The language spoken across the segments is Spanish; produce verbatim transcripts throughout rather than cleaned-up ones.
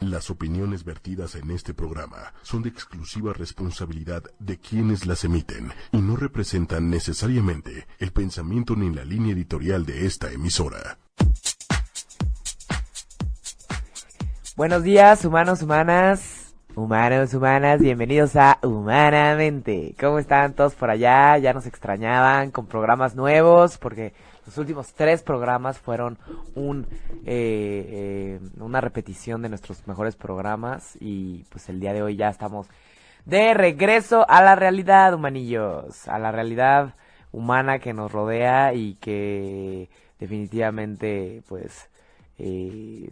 Las opiniones vertidas en este programa son de exclusiva responsabilidad de quienes las emiten y no representan necesariamente el pensamiento ni la línea editorial de esta emisora. Buenos días, humanos, humanas, humanos, humanas, bienvenidos a Humanamente. ¿Cómo están todos por allá? Ya nos extrañaban con programas nuevos, porque los últimos tres programas fueron un eh, eh, una repetición de nuestros mejores programas y pues el día de hoy ya estamos de regreso a la realidad, humanillos, a la realidad humana que nos rodea y que definitivamente pues eh,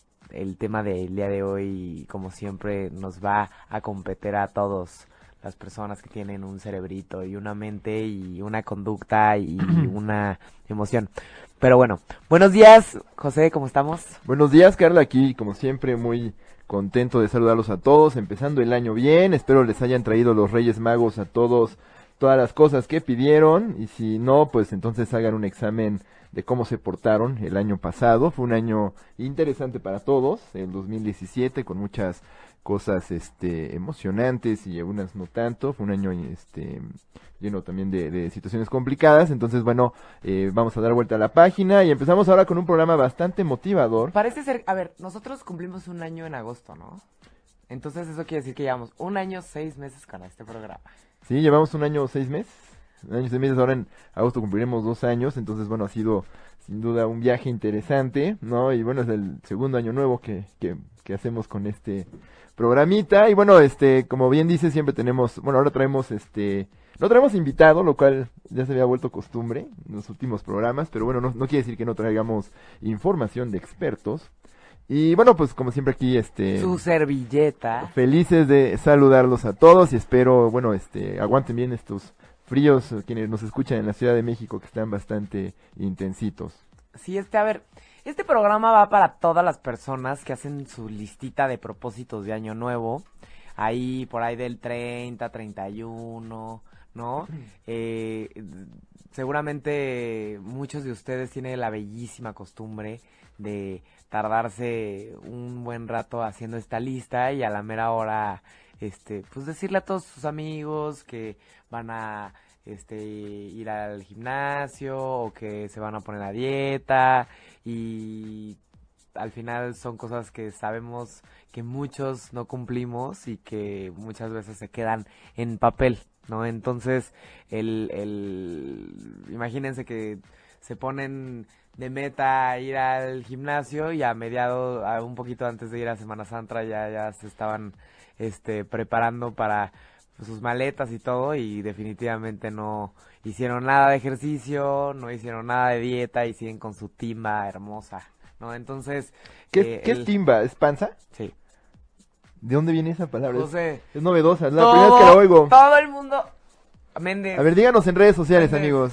el tema del día de hoy, como siempre, nos va a competir a todos las personas que tienen un cerebrito y una mente y una conducta y una emoción. Pero bueno, buenos días, José, ¿cómo estamos? Buenos días, Carla, aquí como siempre muy contento de saludarlos a todos, empezando el año bien, espero les hayan traído los Reyes Magos a todos todas las cosas que pidieron y si no, pues entonces hagan un examen de cómo se portaron el año pasado. Fue un año interesante para todos, el dos mil diecisiete, con muchas cosas este emocionantes y algunas no tanto. Fue un año este lleno también de, de situaciones complicadas. Entonces, bueno, eh, vamos a dar vuelta a la página y empezamos ahora con un programa bastante motivador. Parece ser, a ver, nosotros cumplimos un año en agosto, ¿no? Entonces eso quiere decir que llevamos un año, seis meses con este programa. Sí, llevamos un año, seis meses. Un año, seis meses, ahora en agosto cumpliremos dos años. Entonces, bueno, ha sido sin duda un viaje interesante, ¿no? Y bueno, es el segundo año nuevo que, que, que hacemos con este programita. Y bueno, este, como bien dice, siempre tenemos, bueno, ahora traemos este, no traemos invitado, lo cual ya se había vuelto costumbre en los últimos programas, pero bueno, no, no quiere decir que no traigamos información de expertos. Y bueno, pues como siempre aquí, este... su servilleta. Felices de saludarlos a todos y espero, bueno, este, aguanten bien estos fríos, quienes nos escuchan en la Ciudad de México, que están bastante intensitos. Sí, este, a ver, este programa va para todas las personas que hacen su listita de propósitos de año nuevo, ahí, por ahí del treinta, treinta y uno, ¿no? Eh, seguramente muchos de ustedes tienen la bellísima costumbre de tardarse un buen rato haciendo esta lista y a la mera hora, este, pues decirle a todos sus amigos que van a, este, ir al gimnasio o que se van a poner a dieta y al final son cosas que sabemos que muchos no cumplimos y que muchas veces se quedan en papel, ¿no? Entonces, el, el, imagínense que se ponen de meta ir al gimnasio y a mediado, a un poquito antes de ir a Semana Santa ya, ya se estaban este preparando para pues, sus maletas y todo y definitivamente no hicieron nada de ejercicio, no hicieron nada de dieta y siguen con su timba hermosa, ¿no? Entonces... ¿Qué, eh, ¿qué el... es timba? ¿Es panza? Sí. ¿De dónde viene esa palabra? José, es, es novedosa, es la todo, primera vez que la oigo. Todo el mundo... Méndez. A ver, díganos en redes sociales, Méndez. amigos.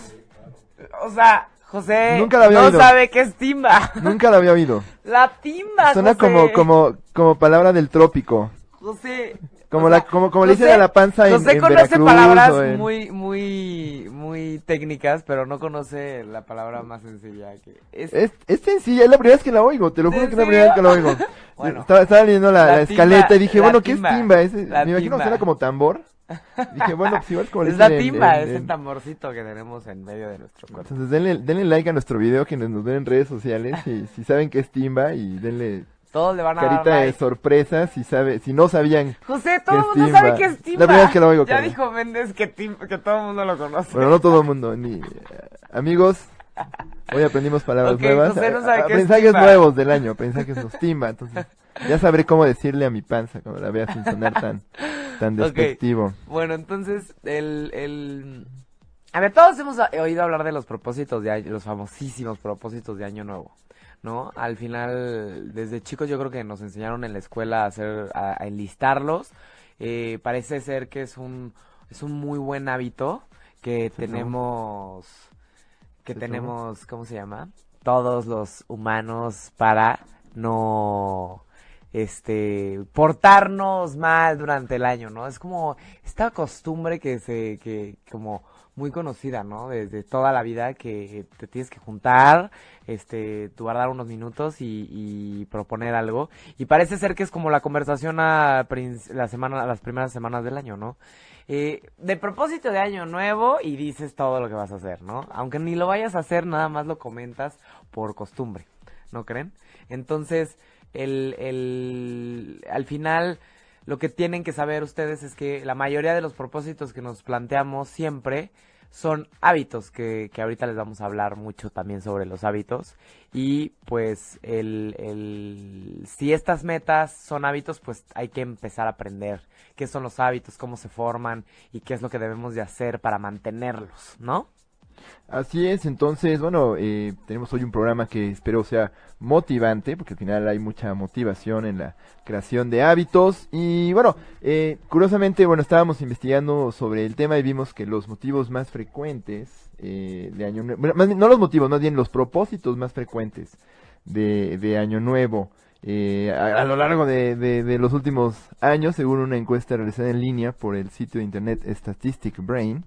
O sea... José Nunca la había no oído. sabe qué es timba. Nunca la había oído. La timba, Suena José. como como como palabra del trópico. José. Como o la sea, como como le José, dicen a la panza en, José en conoce Veracruz palabras o en... muy muy muy técnicas, pero no conoce la palabra más sencilla que es. Es, es sencilla, es la primera vez que la oigo, te lo juro que es la ¿En primera vez que la serio? oigo. Bueno, estaba, estaba leyendo la, la la timba, escaleta y dije, la bueno, timba, ¿qué es timba? Es, me la imagino que timba. suena como tambor. Dije, bueno, pues igual como le es la dicen en- timba, en- es el en- tamborcito que tenemos en medio de nuestro cuerpo. Entonces denle, denle like a nuestro video, quienes nos ven en redes sociales, y si saben que es timba, y denle Todos le van a carita dar de like. sorpresa si sabe, si no sabían. José, todo el que es mundo timba. sabe que es timba. La primera vez que lo oigo, Ya Carla. dijo Méndez que tim- que todo el mundo lo conoce. Bueno, no todo el mundo, ni eh, amigos. Hoy aprendimos palabras Ok, nuevas. José no a- sabe a- qué es Mensajes timba. nuevos del año, mensajes nos timba. Entonces, ya sabré cómo decirle a mi panza cuando la vea sin sonar tan, tan Ok. despectivo. Bueno, entonces, el, el... A ver, todos hemos a- oído hablar de los propósitos de año, los famosísimos propósitos de año nuevo, ¿no? Al final, desde chicos yo creo que nos enseñaron en la escuela a hacer, a, a enlistarlos. Eh, parece ser que es un, es un muy buen hábito que Sí, tenemos, que Sí, tenemos, ¿cómo se llama? Todos los humanos para no, este, portarnos mal durante el año, ¿no? Es como esta costumbre que se, que como muy conocida, ¿no? Desde toda la vida que te tienes que juntar, este, tú guardar unos minutos y, y proponer algo. Y parece ser que es como la conversación a prin- la semana, a las primeras semanas del año, ¿no? Eh, de propósito de año nuevo y dices todo lo que vas a hacer, ¿no? Aunque ni lo vayas a hacer, nada más lo comentas por costumbre, ¿no creen? Entonces, el, el, al final, lo que tienen que saber ustedes es que la mayoría de los propósitos que nos planteamos siempre son hábitos, que, que ahorita les vamos a hablar mucho también sobre los hábitos. Y pues el, el si estas metas son hábitos, pues hay que empezar a aprender qué son los hábitos, cómo se forman y qué es lo que debemos de hacer para mantenerlos, ¿no? Así es, entonces, bueno, eh, tenemos hoy un programa que espero sea motivante, porque al final hay mucha motivación en la creación de hábitos. Y bueno, eh, curiosamente, bueno, estábamos investigando sobre el tema y vimos que los motivos más frecuentes eh, de Año Nuevo, bueno, más bien, no los motivos, más bien los propósitos más frecuentes de, de Año Nuevo, eh, a, a lo largo de, de, de los últimos años, según una encuesta realizada en línea por el sitio de internet Statistic Brain,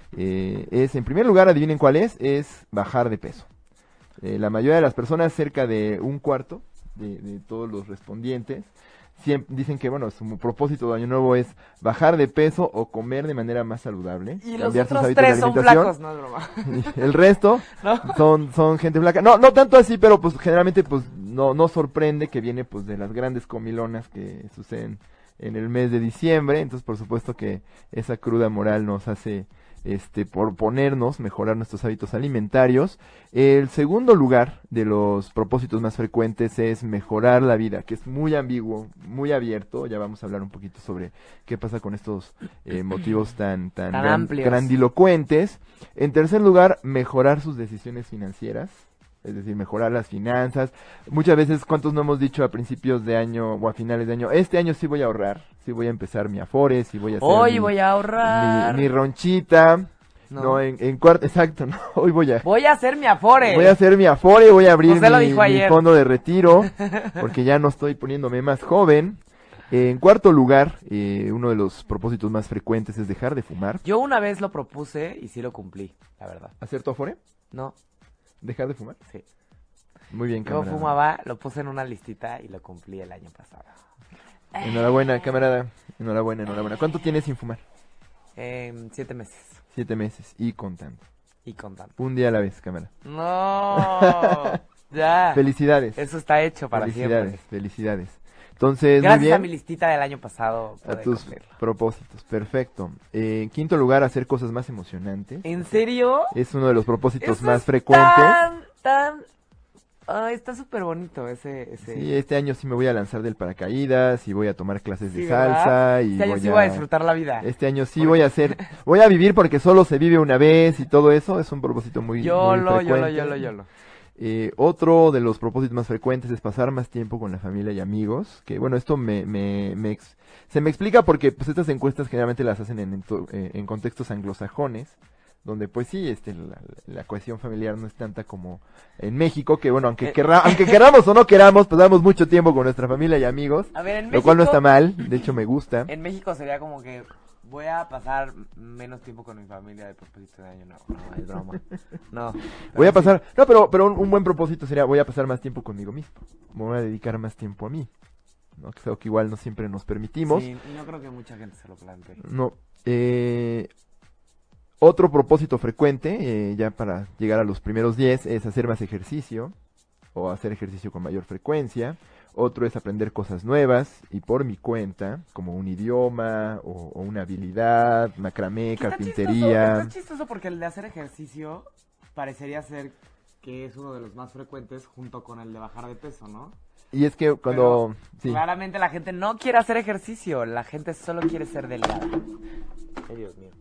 Eh, es, en primer lugar, adivinen cuál es, es bajar de peso. Eh, la mayoría de las personas, cerca de un cuarto de, de todos los respondientes, siempre dicen que, bueno, su propósito de año nuevo es bajar de peso o comer de manera más saludable. Y los cambiar sus otros hábitos de tres son alimentación. flacos, no es broma. El resto ¿No? son, son gente flaca. No, no tanto así, pero pues generalmente pues no, no sorprende que viene pues de las grandes comilonas que suceden en el mes de diciembre. Entonces, por supuesto que esa cruda moral nos hace este por ponernos, mejorar nuestros hábitos alimentarios. El segundo lugar de los propósitos más frecuentes es mejorar la vida, que es muy ambiguo, muy abierto. Ya vamos a hablar un poquito sobre qué pasa con estos eh, motivos tan, tan, Tan gran- amplios. grandilocuentes. En tercer lugar, mejorar sus decisiones financieras. Es decir, mejorar las finanzas. Muchas veces, ¿cuántos no hemos dicho a principios de año o a finales de año? Este año sí voy a ahorrar, sí voy a empezar mi Afore, sí voy a hacer Hoy mi, voy a ahorrar. mi, mi ronchita. No. No, en, en cuarto, exacto, no, hoy voy a... Voy a hacer mi Afore. Voy a hacer mi Afore, voy a abrir José lo mi, dijo mi ayer. fondo de retiro, porque ya no estoy poniéndome más joven. En cuarto lugar, eh, uno de los propósitos más frecuentes es dejar de fumar. Yo una vez lo propuse y sí lo cumplí, la verdad. ¿Hacer tu Afore? No, ¿Dejar de fumar? sí. Muy bien, Yo camarada. fumaba, lo puse en una listita y lo cumplí el año pasado. Enhorabuena, camarada. Enhorabuena, enhorabuena. ¿Cuánto tienes sin fumar? Eh, siete meses Siete meses y contando. y contando. Un día a la vez, cámara. No, ya. Felicidades. Eso está hecho para Felicidades, siempre. felicidades. Entonces, Gracias muy bien. a mi listita del año pasado A pude tus cumplirlo. propósitos, perfecto. Eh, en quinto lugar, hacer cosas más emocionantes. ¿En serio? Es uno de los propósitos Eso más es frecuentes. Tan, tan... Ay, está súper bonito ese... ese... Sí, este año sí me voy a lanzar del paracaídas y voy a tomar clases de Sí, salsa ¿verdad? y Este año voy sí a... voy a disfrutar la vida. Este año sí voy a hacer, voy a vivir porque solo se vive una vez y todo eso, es un propósito muy, muy Yolo, frecuente. yolo, yolo, yolo. Eh, otro de los propósitos más frecuentes es pasar más tiempo con la familia y amigos, que bueno, esto me, me, me ex- se me explica porque pues estas encuestas generalmente las hacen en, ento- eh, en contextos anglosajones, donde pues sí, este, la, la cohesión familiar no es tanta como en México, que bueno, aunque, Eh. querra- aunque queramos o no queramos, pasamos mucho tiempo con nuestra familia y amigos, A ver, en lo México... cual no está mal, de hecho me gusta. En México sería como que voy a pasar menos tiempo con mi familia de propósito de año nuevo. No, es broma. No. Voy a pero sí. pasar, no, pero, pero un, un buen propósito sería, voy a pasar más tiempo conmigo mismo, me voy a dedicar más tiempo a mí, ¿no? Que es algo que igual no siempre nos permitimos. Sí, y no creo que mucha gente se lo plantee. No. Eh, otro propósito frecuente, eh, ya para llegar a los primeros diez, es hacer más ejercicio o hacer ejercicio con mayor frecuencia. Otro es aprender cosas nuevas y por mi cuenta, como un idioma o, o una habilidad, macramé, Está carpintería. chistoso, está chistoso porque el de hacer ejercicio parecería ser que es uno de los más frecuentes junto con el de bajar de peso, ¿no? Y es que cuando... sí. Claramente la gente no quiere hacer ejercicio, la gente solo quiere ser delgada. Ay, Dios mío.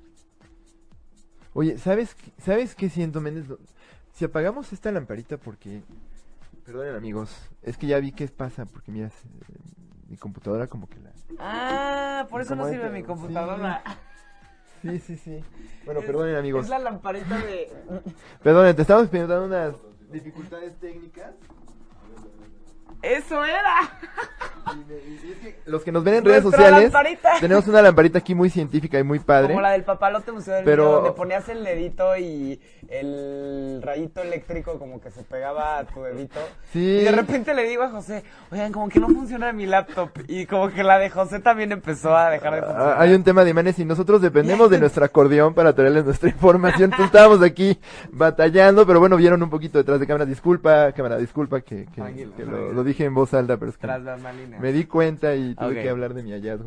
Oye, ¿sabes, qué- ¿sabes qué siento, Méndez? Si apagamos esta lamparita porque... Perdonen amigos, es que ya vi qué pasa, porque mira, se- mi computadora como que la... Ah, por eso no ¿Cómo sirve es? mi computadora. Sí, sí, sí. Bueno, Es- perdonen amigos. Es la lamparita de... Perdonen, te estamos experimentando unas dificultades técnicas. ¡Eso era! Los que nos ven en redes Nuestra sociales, lamparita. tenemos una lamparita aquí muy científica y muy padre. Como la del papalote museo del Pero- niño, donde ponías el dedito y el rayito eléctrico como que se pegaba a tu dedito. Sí. Y de repente le digo a José, oigan, como que no funciona mi laptop. Y como que la de José también empezó a dejar de funcionar. Ah, hay un tema de imanes y nosotros dependemos de nuestro acordeón para traerles nuestra información. Entonces estábamos aquí batallando, pero bueno, vieron un poquito detrás de cámara. Disculpa, cámara, disculpa que, que, Tranquilo, que lo, tranquilo. lo dije en voz alta, pero es que Tras las bambalinas. me di cuenta y tuve Ok. que hablar de mi hallazgo.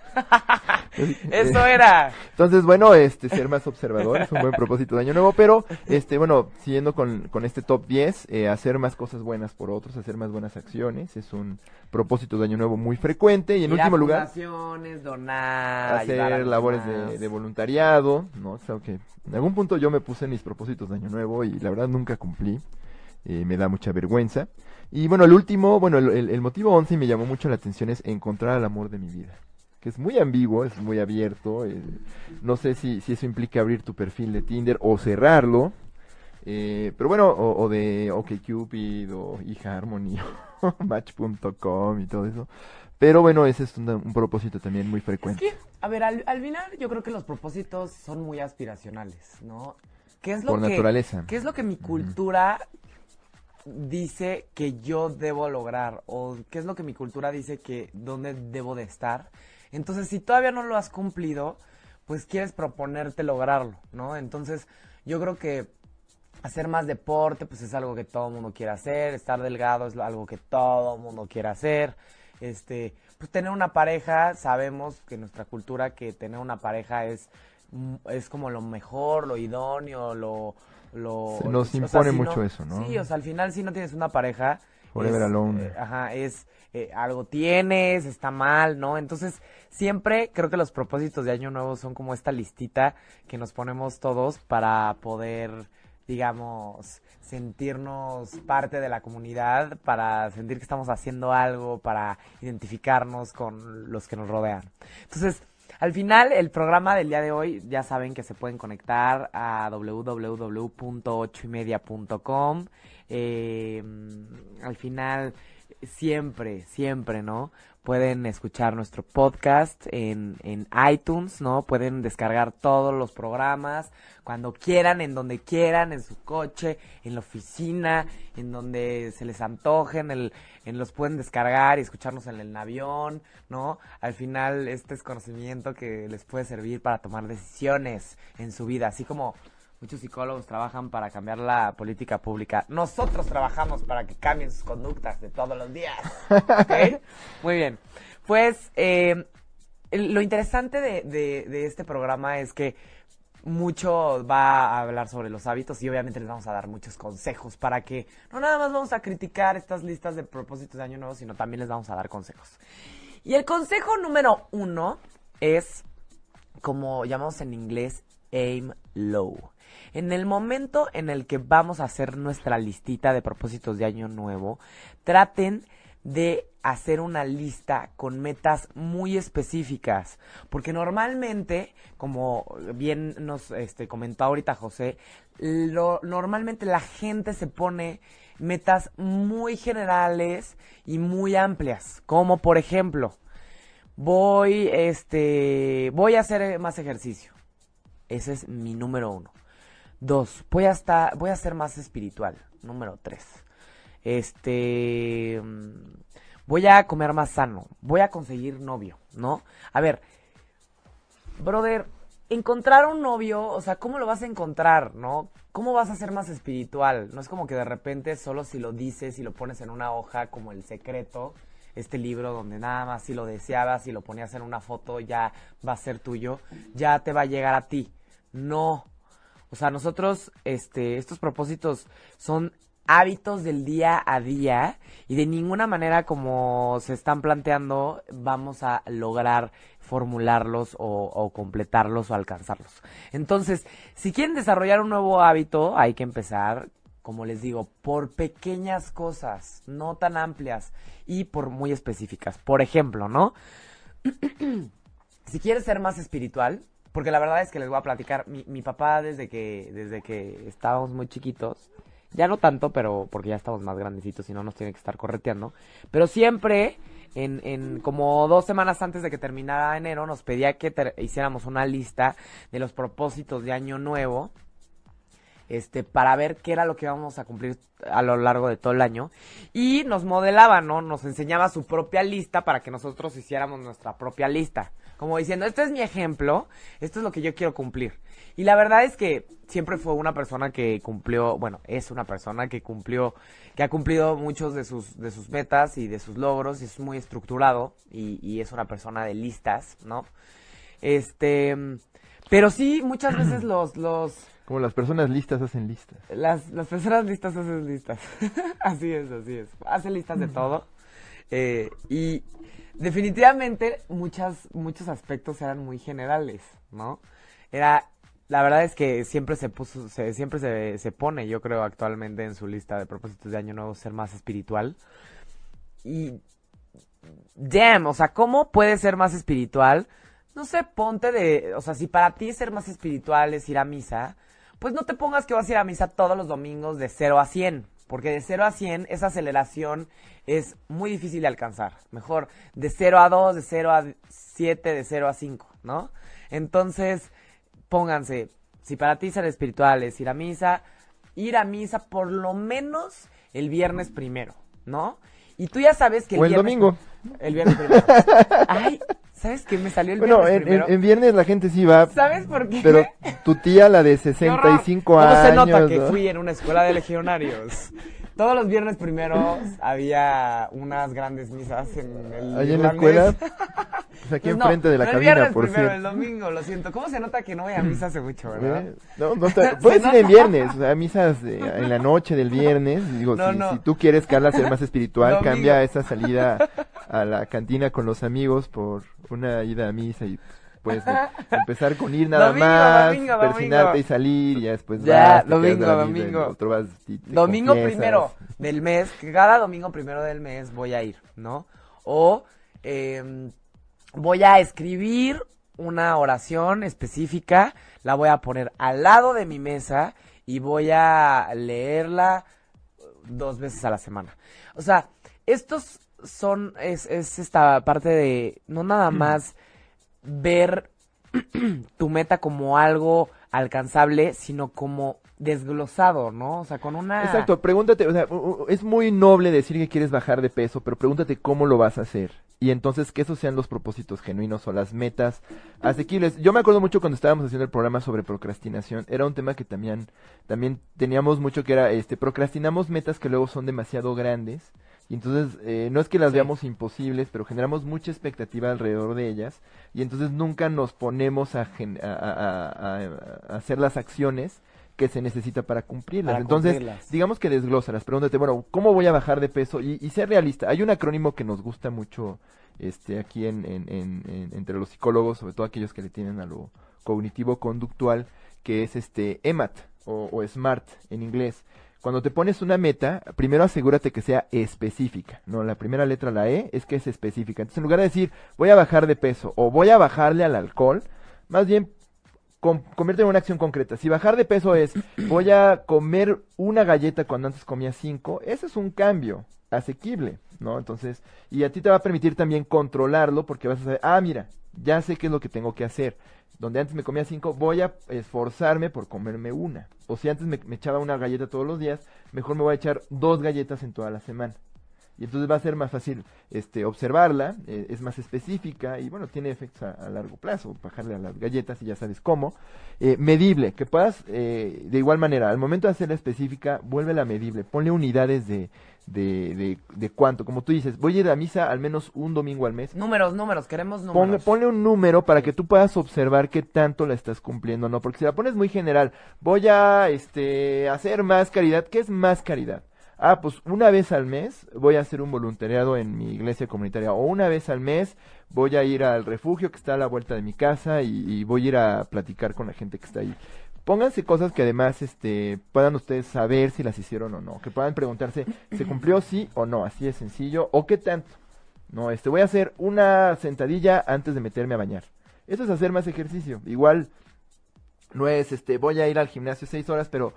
Eso era. Entonces, bueno, este, ser más observador es un buen propósito de año nuevo, pero, este, bueno, siguiendo con, con este top diez, eh, hacer más cosas buenas por otros, hacer más buenas acciones, es un propósito de año nuevo muy frecuente, y en Ir a último lugar, fundaciones, donar, ayudar a hacer los labores demás. de, de voluntariado, ¿no? O sea, que en algún punto yo me puse en mis propósitos de año nuevo y la verdad nunca cumplí, eh, me da mucha vergüenza. Y bueno, el último, bueno, el, el- el motivo once y me llamó mucho la atención es encontrar al amor de mi vida, que es muy ambiguo, es muy abierto, eh, no sé si, si eso implica abrir tu perfil de Tinder o cerrarlo, eh, pero bueno, o, o de OkCupid o eHarmony o Match punto com y todo eso. Pero bueno, ese es un, un propósito también muy Es frecuente. que, a ver, al, al final yo creo que los propósitos son muy aspiracionales, ¿no? ¿Qué es lo Por que, naturaleza. ¿Qué es lo que mi cultura dice que yo debo lograr? ¿O qué es lo que mi cultura dice que dónde debo de estar? Entonces, si todavía no lo has cumplido, pues quieres proponerte lograrlo, ¿no? Entonces, yo creo que hacer más deporte, pues es algo que todo el mundo quiere hacer. Estar delgado es algo que todo el mundo quiere hacer. Este, pues tener una pareja, sabemos que en nuestra cultura que tener una pareja es, mm, es como lo mejor, lo idóneo, lo... lo Se nos o sea, impone si mucho no- eso, ¿no? Sí, o sea, al final si no tienes una pareja... Forever es, alone. eh, ajá, es eh, algo tienes, está mal, ¿no? Entonces, siempre creo que los propósitos de Año Nuevo son como esta listita que nos ponemos todos para poder, digamos, sentirnos parte de la comunidad, para sentir que estamos haciendo algo, para identificarnos con los que nos rodean. Entonces, al final, el programa del día de hoy, ya saben que se pueden conectar a w w w punto ocho y media punto com. Eh, al final, siempre, siempre, ¿no? Pueden escuchar nuestro podcast en, en iTunes, ¿no? Pueden descargar todos los programas cuando quieran, en donde quieran, en su coche, en la oficina, en donde se les antojen, el, en los pueden descargar y escucharnos en el avión, ¿no? Al final, este es conocimiento que les puede servir para tomar decisiones en su vida, así como muchos psicólogos trabajan para cambiar la política pública. Nosotros trabajamos para que cambien sus conductas de todos los días. ¿Ok? Muy bien. Pues eh, el- lo interesante de, de, de este programa es que mucho va a hablar sobre los hábitos y obviamente les vamos a dar muchos consejos para que no nada más vamos a criticar estas listas de propósitos de Año Nuevo, sino también les vamos a dar consejos. Y el consejo número uno es, como llamamos en inglés, aim low. En el momento en el que vamos a hacer nuestra listita de propósitos de Año Nuevo, traten de hacer una lista con metas muy específicas, porque normalmente, como bien nos este, comentó ahorita José, lo, normalmente la gente se pone metas muy generales y muy amplias, como por ejemplo, voy, este, voy a hacer más ejercicio. Ese es mi número uno. Dos, voy a estar, voy a ser más espiritual. Número tres. Este, mm, voy a comer más sano. Voy a conseguir novio, ¿no? A ver, brother, encontrar un novio, o sea, ¿cómo lo vas a encontrar, no? ¿Cómo vas a ser más espiritual? No es como que de repente solo si lo dices y lo pones en una hoja como El Secreto, este libro donde nada más si lo deseabas y lo ponías en una foto ya va a ser tuyo, ya te va a llegar a ti. No. O sea, nosotros, este, estos propósitos son hábitos del día a día y de ninguna manera como se están planteando vamos a lograr formularlos o, o completarlos o alcanzarlos. Entonces, si quieren desarrollar un nuevo hábito, hay que empezar, como les digo, por pequeñas cosas, no tan amplias y por muy específicas. Por ejemplo, ¿no? Si quieres ser más espiritual, porque la verdad es que les voy a platicar, mi, mi papá desde que, desde que estábamos muy chiquitos, ya no tanto, pero porque ya estamos más grandecitos y no nos tiene que estar correteando, pero siempre en, en como dos semanas antes de que terminara enero, nos pedía que ter- hiciéramos una lista de los propósitos de año nuevo, este, para ver qué era lo que íbamos a cumplir a lo largo de todo el año. Y nos modelaba, ¿no? Nos enseñaba su propia lista para que nosotros hiciéramos nuestra propia lista. Como diciendo, este es mi ejemplo, esto es lo que yo quiero cumplir. Y la verdad es que siempre fue una persona que cumplió, bueno, es una persona que cumplió, que ha cumplido muchos de sus, de sus metas y de sus logros, y es muy estructurado, y, y es una persona de listas, ¿no? Este, pero sí, muchas veces los, los, Como las personas listas hacen listas. Las, las personas listas hacen listas. Así es, así es. Hacen listas de todo. Eh, y definitivamente muchas, muchos aspectos eran muy generales, ¿no? Era, la verdad es que siempre se puso, se, siempre se, se pone, yo creo, actualmente en su lista de propósitos de año nuevo ser más espiritual. Y, damn, o sea, ¿cómo puede ser más espiritual? No sé, ponte de, o sea, si para ti ser más espiritual es ir a misa, pues no te pongas que vas a ir a misa todos los domingos de cero a cien, porque de cero a cien esa aceleración es muy difícil de alcanzar. Mejor de cero a dos, de cero a siete, de cero a cinco, ¿no? Entonces, pónganse, si para ti ser espiritual es ir a misa, ir a misa por lo menos el viernes primero, ¿no? Y tú ya sabes que el O el viernes domingo. El viernes primero. Ay, ¿sabes qué? Me salió el Bueno, viernes en, primero. en, en viernes la gente sí va. ¿Sabes por qué? Pero tu tía, la de ¡Qué sesenta y horror! cinco ¿Cómo años. se nota que ¿no? fui en una escuela de legionarios? Todos los viernes primeros había unas grandes misas en el ¿Allí en la irlandés. escuela? Pues aquí Pues no, enfrente de la no cabina, el viernes por primero, cierto. el domingo, lo siento. ¿Cómo se nota que no voy a misa hace mucho, verdad? ¿Eh? No, no te- puedes ir en viernes, o sea, misas de- en la noche del viernes. Digo, No, si, no. si tú quieres, Carla, ser más espiritual, Domingo. cambia esa salida a la cantina con los amigos por una ida a misa y puedes eh, empezar con ir nada Domingo, más, domingo, persinarte domingo. y salir y ya después Ya, vas, te quedas domingo, a la misa, y domingo. otro vas y te Domingo confiesas. primero del mes, que cada domingo primero del mes voy a ir, ¿no? O eh, voy a escribir una oración específica, la voy a poner al lado de mi mesa y voy a leerla dos veces a la semana. O sea, estos son, es, es esta parte de no nada más ver tu meta como algo alcanzable, sino como desglosado, ¿no? O sea, con una... Exacto, pregúntate, o sea, u- u- es muy noble decir que quieres bajar de peso, pero pregúntate cómo lo vas a hacer. Y entonces que esos sean los propósitos genuinos o las metas asequibles. Yo me acuerdo mucho cuando estábamos haciendo el programa sobre procrastinación, era un tema que también, también teníamos mucho que era, este, procrastinamos metas que luego son demasiado grandes. Y entonces, eh, no es que las Sí. veamos imposibles, pero generamos mucha expectativa alrededor de ellas. Y entonces nunca nos ponemos a, gen- a, a- a- a hacer las acciones que se necesita para cumplirlas. Para Entonces, cumplirlas. digamos que desglósalas, pregúntate, bueno, ¿cómo voy a bajar de peso? Y, y ser realista. Hay un acrónimo que nos gusta mucho este aquí en, en, en- en- entre los psicólogos, sobre todo aquellos que le tienen a lo cognitivo-conductual, que es este E M A T o, o SMART en inglés. Cuando te pones una meta, primero asegúrate que sea específica, ¿no? La primera letra, la E, es que es específica. Entonces, en lugar de decir, voy a bajar de peso o voy a bajarle al alcohol, más bien com- convierte en una acción concreta. Si bajar de peso es, voy a comer una galleta cuando antes comía cinco, ese es un cambio asequible, ¿no? Entonces, y a ti te va a permitir también controlarlo porque vas a saber, ah, mira, ya sé qué es lo que tengo que hacer. Donde antes me comía cinco, voy a esforzarme por comerme una. O si antes me, me echaba una galleta todos los días, mejor me voy a echar dos galletas en toda la semana. Y entonces va a ser más fácil este, observarla, eh, es más específica y bueno, tiene efectos a, a largo plazo, bajarle a las galletas y ya sabes cómo. Eh, medible, que puedas, eh, de igual manera, al momento de hacerla específica, vuélvela medible, ponle unidades de, de, de, de cuánto. Como tú dices, voy a ir a misa al menos un domingo al mes. Números, números, queremos Ponle, números. ponle un número para Sí. que tú puedas observar qué tanto la estás cumpliendo, ¿no? Porque si la pones muy general, voy a este hacer más caridad. ¿Qué es más caridad? Ah, pues una vez al mes voy a hacer un voluntariado en mi iglesia comunitaria. O una vez al mes voy a ir al refugio que está a la vuelta de mi casa y, y voy a ir a platicar con la gente que está ahí. Pónganse cosas que además este puedan ustedes saber si las hicieron o no. Que puedan preguntarse, ¿se cumplió sí o no? Así de sencillo. ¿O qué tanto? No, este, voy a hacer una sentadilla antes de meterme a bañar. Eso es hacer más ejercicio. Igual, no es, este, voy a ir al gimnasio seis horas, pero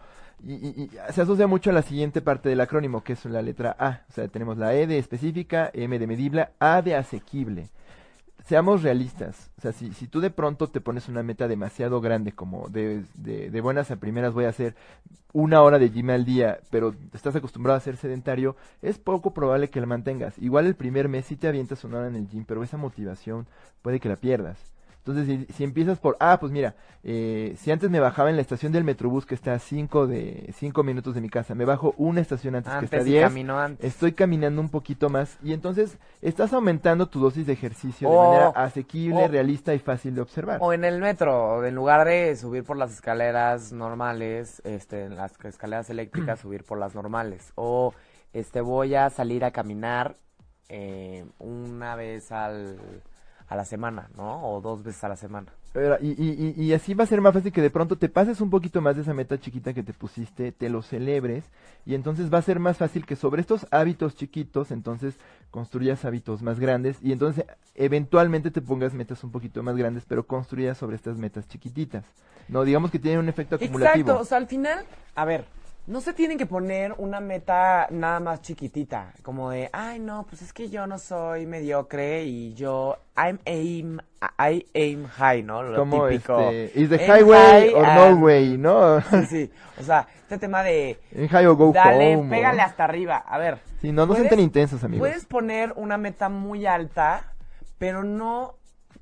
Y, y, y se asocia mucho a la siguiente parte del acrónimo, que es la letra A. O sea, tenemos la E de específica, M de medible, A de asequible. Seamos realistas. O sea, si, si tú de pronto te pones una meta demasiado grande, como de, de, de buenas a primeras voy a hacer una hora de gym al día, pero estás acostumbrado a ser sedentario, es poco probable que la mantengas. Igual el primer mes sí te avientas una hora en el gym, pero esa motivación puede que la pierdas. Entonces, si, si empiezas por, ah, pues mira, eh, si antes me bajaba en la estación del Metrobús que está a cinco de cinco minutos de mi casa, me bajo una estación antes, Antes que está a y diez, camino antes. estoy caminando un poquito más y entonces estás aumentando tu dosis de ejercicio de O- manera asequible, o- realista y fácil de observar. O en el metro, en lugar de subir por las escaleras normales, este, en las escaleras eléctricas, subir por las normales. O este, voy a salir a caminar eh, una vez al, a la semana, ¿no? O dos veces a la semana. Pero, y, y, y, y así va a ser más fácil que de pronto te pases un poquito más de esa meta chiquita que te pusiste, te lo celebres, y entonces va a ser más fácil que sobre estos hábitos chiquitos, entonces construyas hábitos más grandes, y entonces eventualmente te pongas metas un poquito más grandes, pero construyas sobre estas metas chiquititas. No, digamos que tienen un efecto acumulativo. Exacto, o sea, al final, a ver, no se tienen que poner una meta nada más chiquitita, como de, ay, no, pues es que yo no soy mediocre y yo, I'm aim, I aim high, ¿no? Lo Como típico. este, is the Aim highway high or and- no way, ¿no? Sí, sí, o sea, este tema de, En high or go dale, home. pégale o- hasta arriba, a ver. Sí, no, no sean puedes- tan intensos, amigos. Puedes poner una meta muy alta, pero no,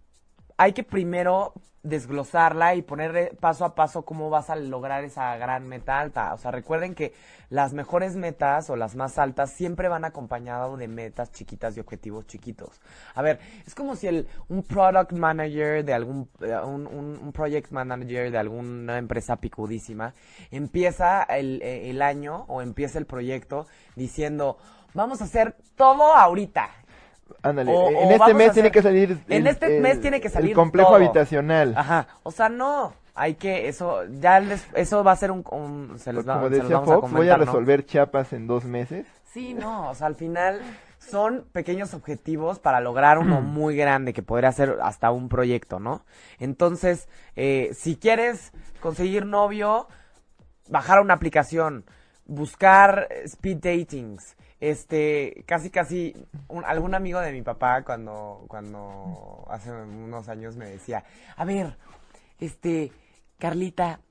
hay que primero desglosarla y poner paso a paso cómo vas a lograr esa gran meta alta. O sea, recuerden que las mejores metas o las más altas siempre van acompañadas de metas chiquitas y objetivos chiquitos. A ver, es como si el un product manager de algún eh, un, un, un project manager de alguna empresa picudísima empieza el, eh, el año o empieza el proyecto diciendo, vamos a hacer todo ahorita. Ándale, O- en o este vamos a mes hacer- tiene que salir en el- este el- mes tiene que salir el complejo todo. habitacional. Ajá, o sea, no, hay que, eso, ya les, eso va a ser un, un- se les Pues va, como se los decía vamos a Fox, voy a comentar, ¿no? resolver Chiapas en dos meses. Sí, no, o sea, al final son pequeños objetivos para lograr uno muy grande que podría ser hasta un proyecto, ¿no? Entonces, eh, si quieres conseguir novio, bajar una aplicación, buscar eh, speed datings, este, casi casi, un- algún amigo de mi papá cuando, cuando hace unos años me decía, a ver, este, Carlita,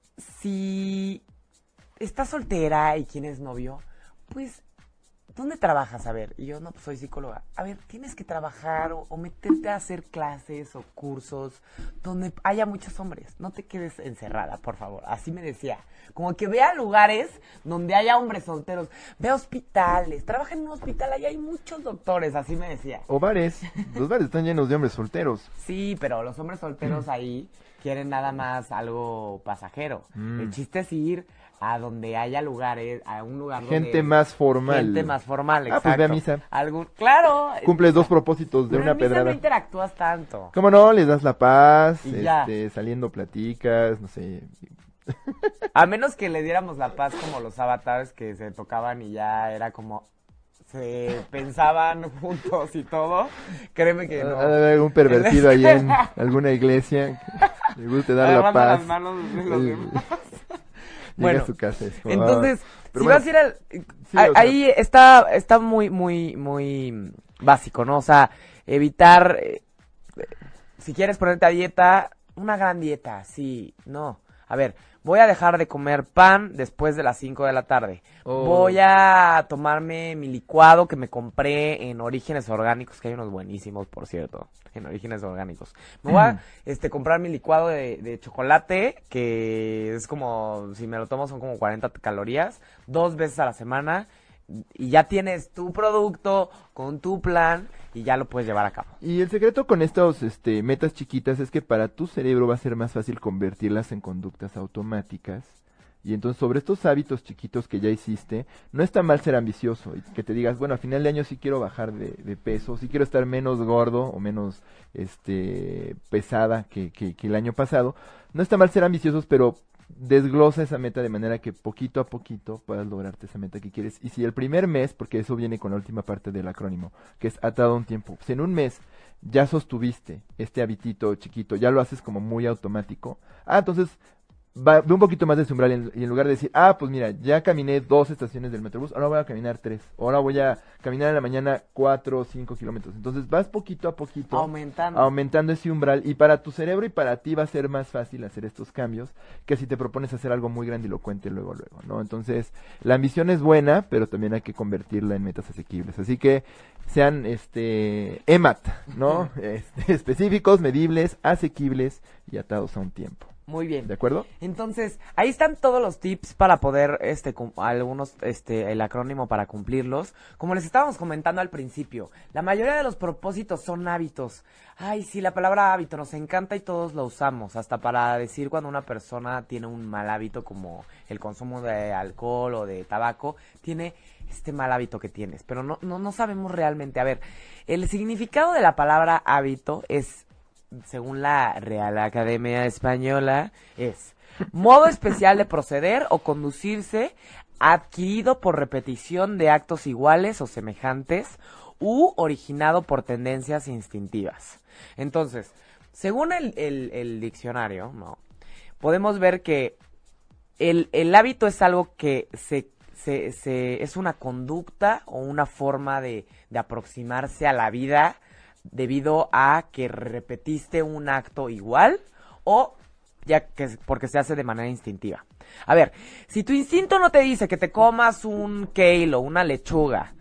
si estás soltera y tienes novio, pues, ¿dónde trabajas? A ver, y yo, no, pues soy psicóloga. A ver, tienes que trabajar o, o meterte a hacer clases o cursos donde haya muchos hombres. No te quedes encerrada, por favor. Así me decía. Como que vea lugares donde haya hombres solteros. Ve hospitales. Trabaja en un hospital, ahí hay muchos doctores. Así me decía. O bares. Los bares están llenos de hombres solteros. Sí, pero los hombres solteros ahí quieren nada más algo pasajero. Mm. El chiste es ir a donde haya lugares, a un lugar Gente donde... más formal. Gente más formal, Ah, exacto. pues ve a misa. Algún... Claro. Cumples dos propósitos de Pero una en misa pedrada. no interactúas tanto. ¿Cómo no? Les das la paz, Y ya. este, saliendo platicas, no sé. A menos que le diéramos la paz como los avatares que se tocaban y ya era como... Se pensaban juntos y todo. Créeme que no. Ha de haber algún pervertido ahí en alguna iglesia que le guste dar la Agarrando paz. las manos de los Eh, demás. Llega Bueno, a su casa. Es como, Entonces, ah, pero si bueno, vas a ir al... sí, a- o sea- ahí está, está muy, muy, muy básico, ¿no? O sea, evitar... eh, si quieres ponerte a dieta, una gran dieta, sí, no. A ver, voy a dejar de comer pan después de las cinco de la tarde. Oh. Voy a tomarme mi licuado que me compré en Orígenes Orgánicos, que hay unos buenísimos, por cierto, en Orígenes Orgánicos. Me voy a este, comprar mi licuado de, de chocolate, que es como, si me lo tomo son como cuarenta calorías, dos veces a la semana, y ya tienes tu producto con tu plan y ya lo puedes llevar a cabo. Y el secreto con estas este, metas chiquitas es que para tu cerebro va a ser más fácil convertirlas en conductas automáticas. Y entonces sobre estos hábitos chiquitos que ya hiciste, no está mal ser ambicioso y que te digas, bueno, a final de año sí quiero bajar de, de peso, sí quiero estar menos gordo o menos este pesada que, que, que el año pasado. No está mal ser ambiciosos, pero desglosa esa meta de manera que poquito a poquito puedas lograrte esa meta que quieres. Y si el primer mes, porque eso viene con la última parte del acrónimo, que es atado a un tiempo, si en un mes ya sostuviste este habitito chiquito, ya lo haces como muy automático, ah, entonces va, ve un poquito más de ese umbral en, y en lugar de decir, ah, pues mira, ya caminé dos estaciones del Metrobús, ahora voy a caminar tres, ahora voy a caminar en la mañana cuatro o cinco kilómetros. Entonces vas poquito a poquito Aumentando. aumentando ese umbral y para tu cerebro y para ti va a ser más fácil hacer estos cambios que si te propones hacer algo muy grandilocuente luego, luego, ¿no? Entonces, la ambición es buena, pero también hay que convertirla en metas asequibles. Así que sean, este, E M A T, ¿no? Este, específicos, medibles, asequibles y atados a un tiempo. Muy bien. ¿De acuerdo? Entonces, ahí están todos los tips para poder, este, cum- algunos, este, el acrónimo para cumplirlos. Como les estábamos comentando al principio, la mayoría de los propósitos son hábitos. Ay, sí, la palabra hábito nos encanta y todos lo usamos, hasta para decir cuando una persona tiene un mal hábito como el consumo de alcohol o de tabaco, tiene este mal hábito que tienes, pero no, no, no sabemos realmente. A ver, el significado de la palabra hábito es, según la Real Academia Española, es modo especial de proceder o conducirse adquirido por repetición de actos iguales o semejantes u originado por tendencias instintivas. Entonces, según el, el, el diccionario, ¿no?, podemos ver que el, el hábito es algo que se, se, se es una conducta o una forma de, de aproximarse a la vida debido a que repetiste un acto igual o ya que porque se hace de manera instintiva. A ver, si tu instinto no te dice que te comas un kale o una lechuga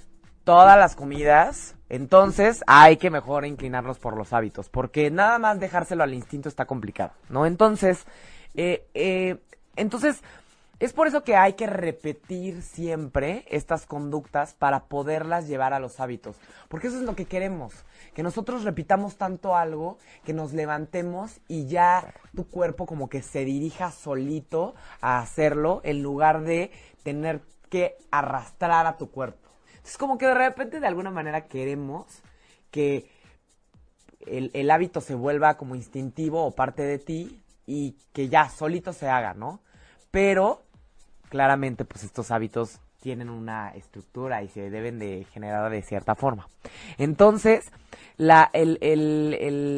todas las comidas, entonces hay que mejor inclinarnos por los hábitos, porque nada más dejárselo al instinto está complicado, ¿no? Entonces, eh, eh, entonces es por eso que hay que repetir siempre estas conductas para poderlas llevar a los hábitos, porque eso es lo que queremos, que nosotros repitamos tanto algo, que nos levantemos y ya tu cuerpo como que se dirija solito a hacerlo en lugar de tener que arrastrar a tu cuerpo. Entonces como que de repente de alguna manera queremos que el, el hábito se vuelva como instintivo o parte de ti y que ya solito se haga, ¿no? Pero claramente pues estos hábitos tienen una estructura y se deben de generar de cierta forma. Entonces, la, el, el,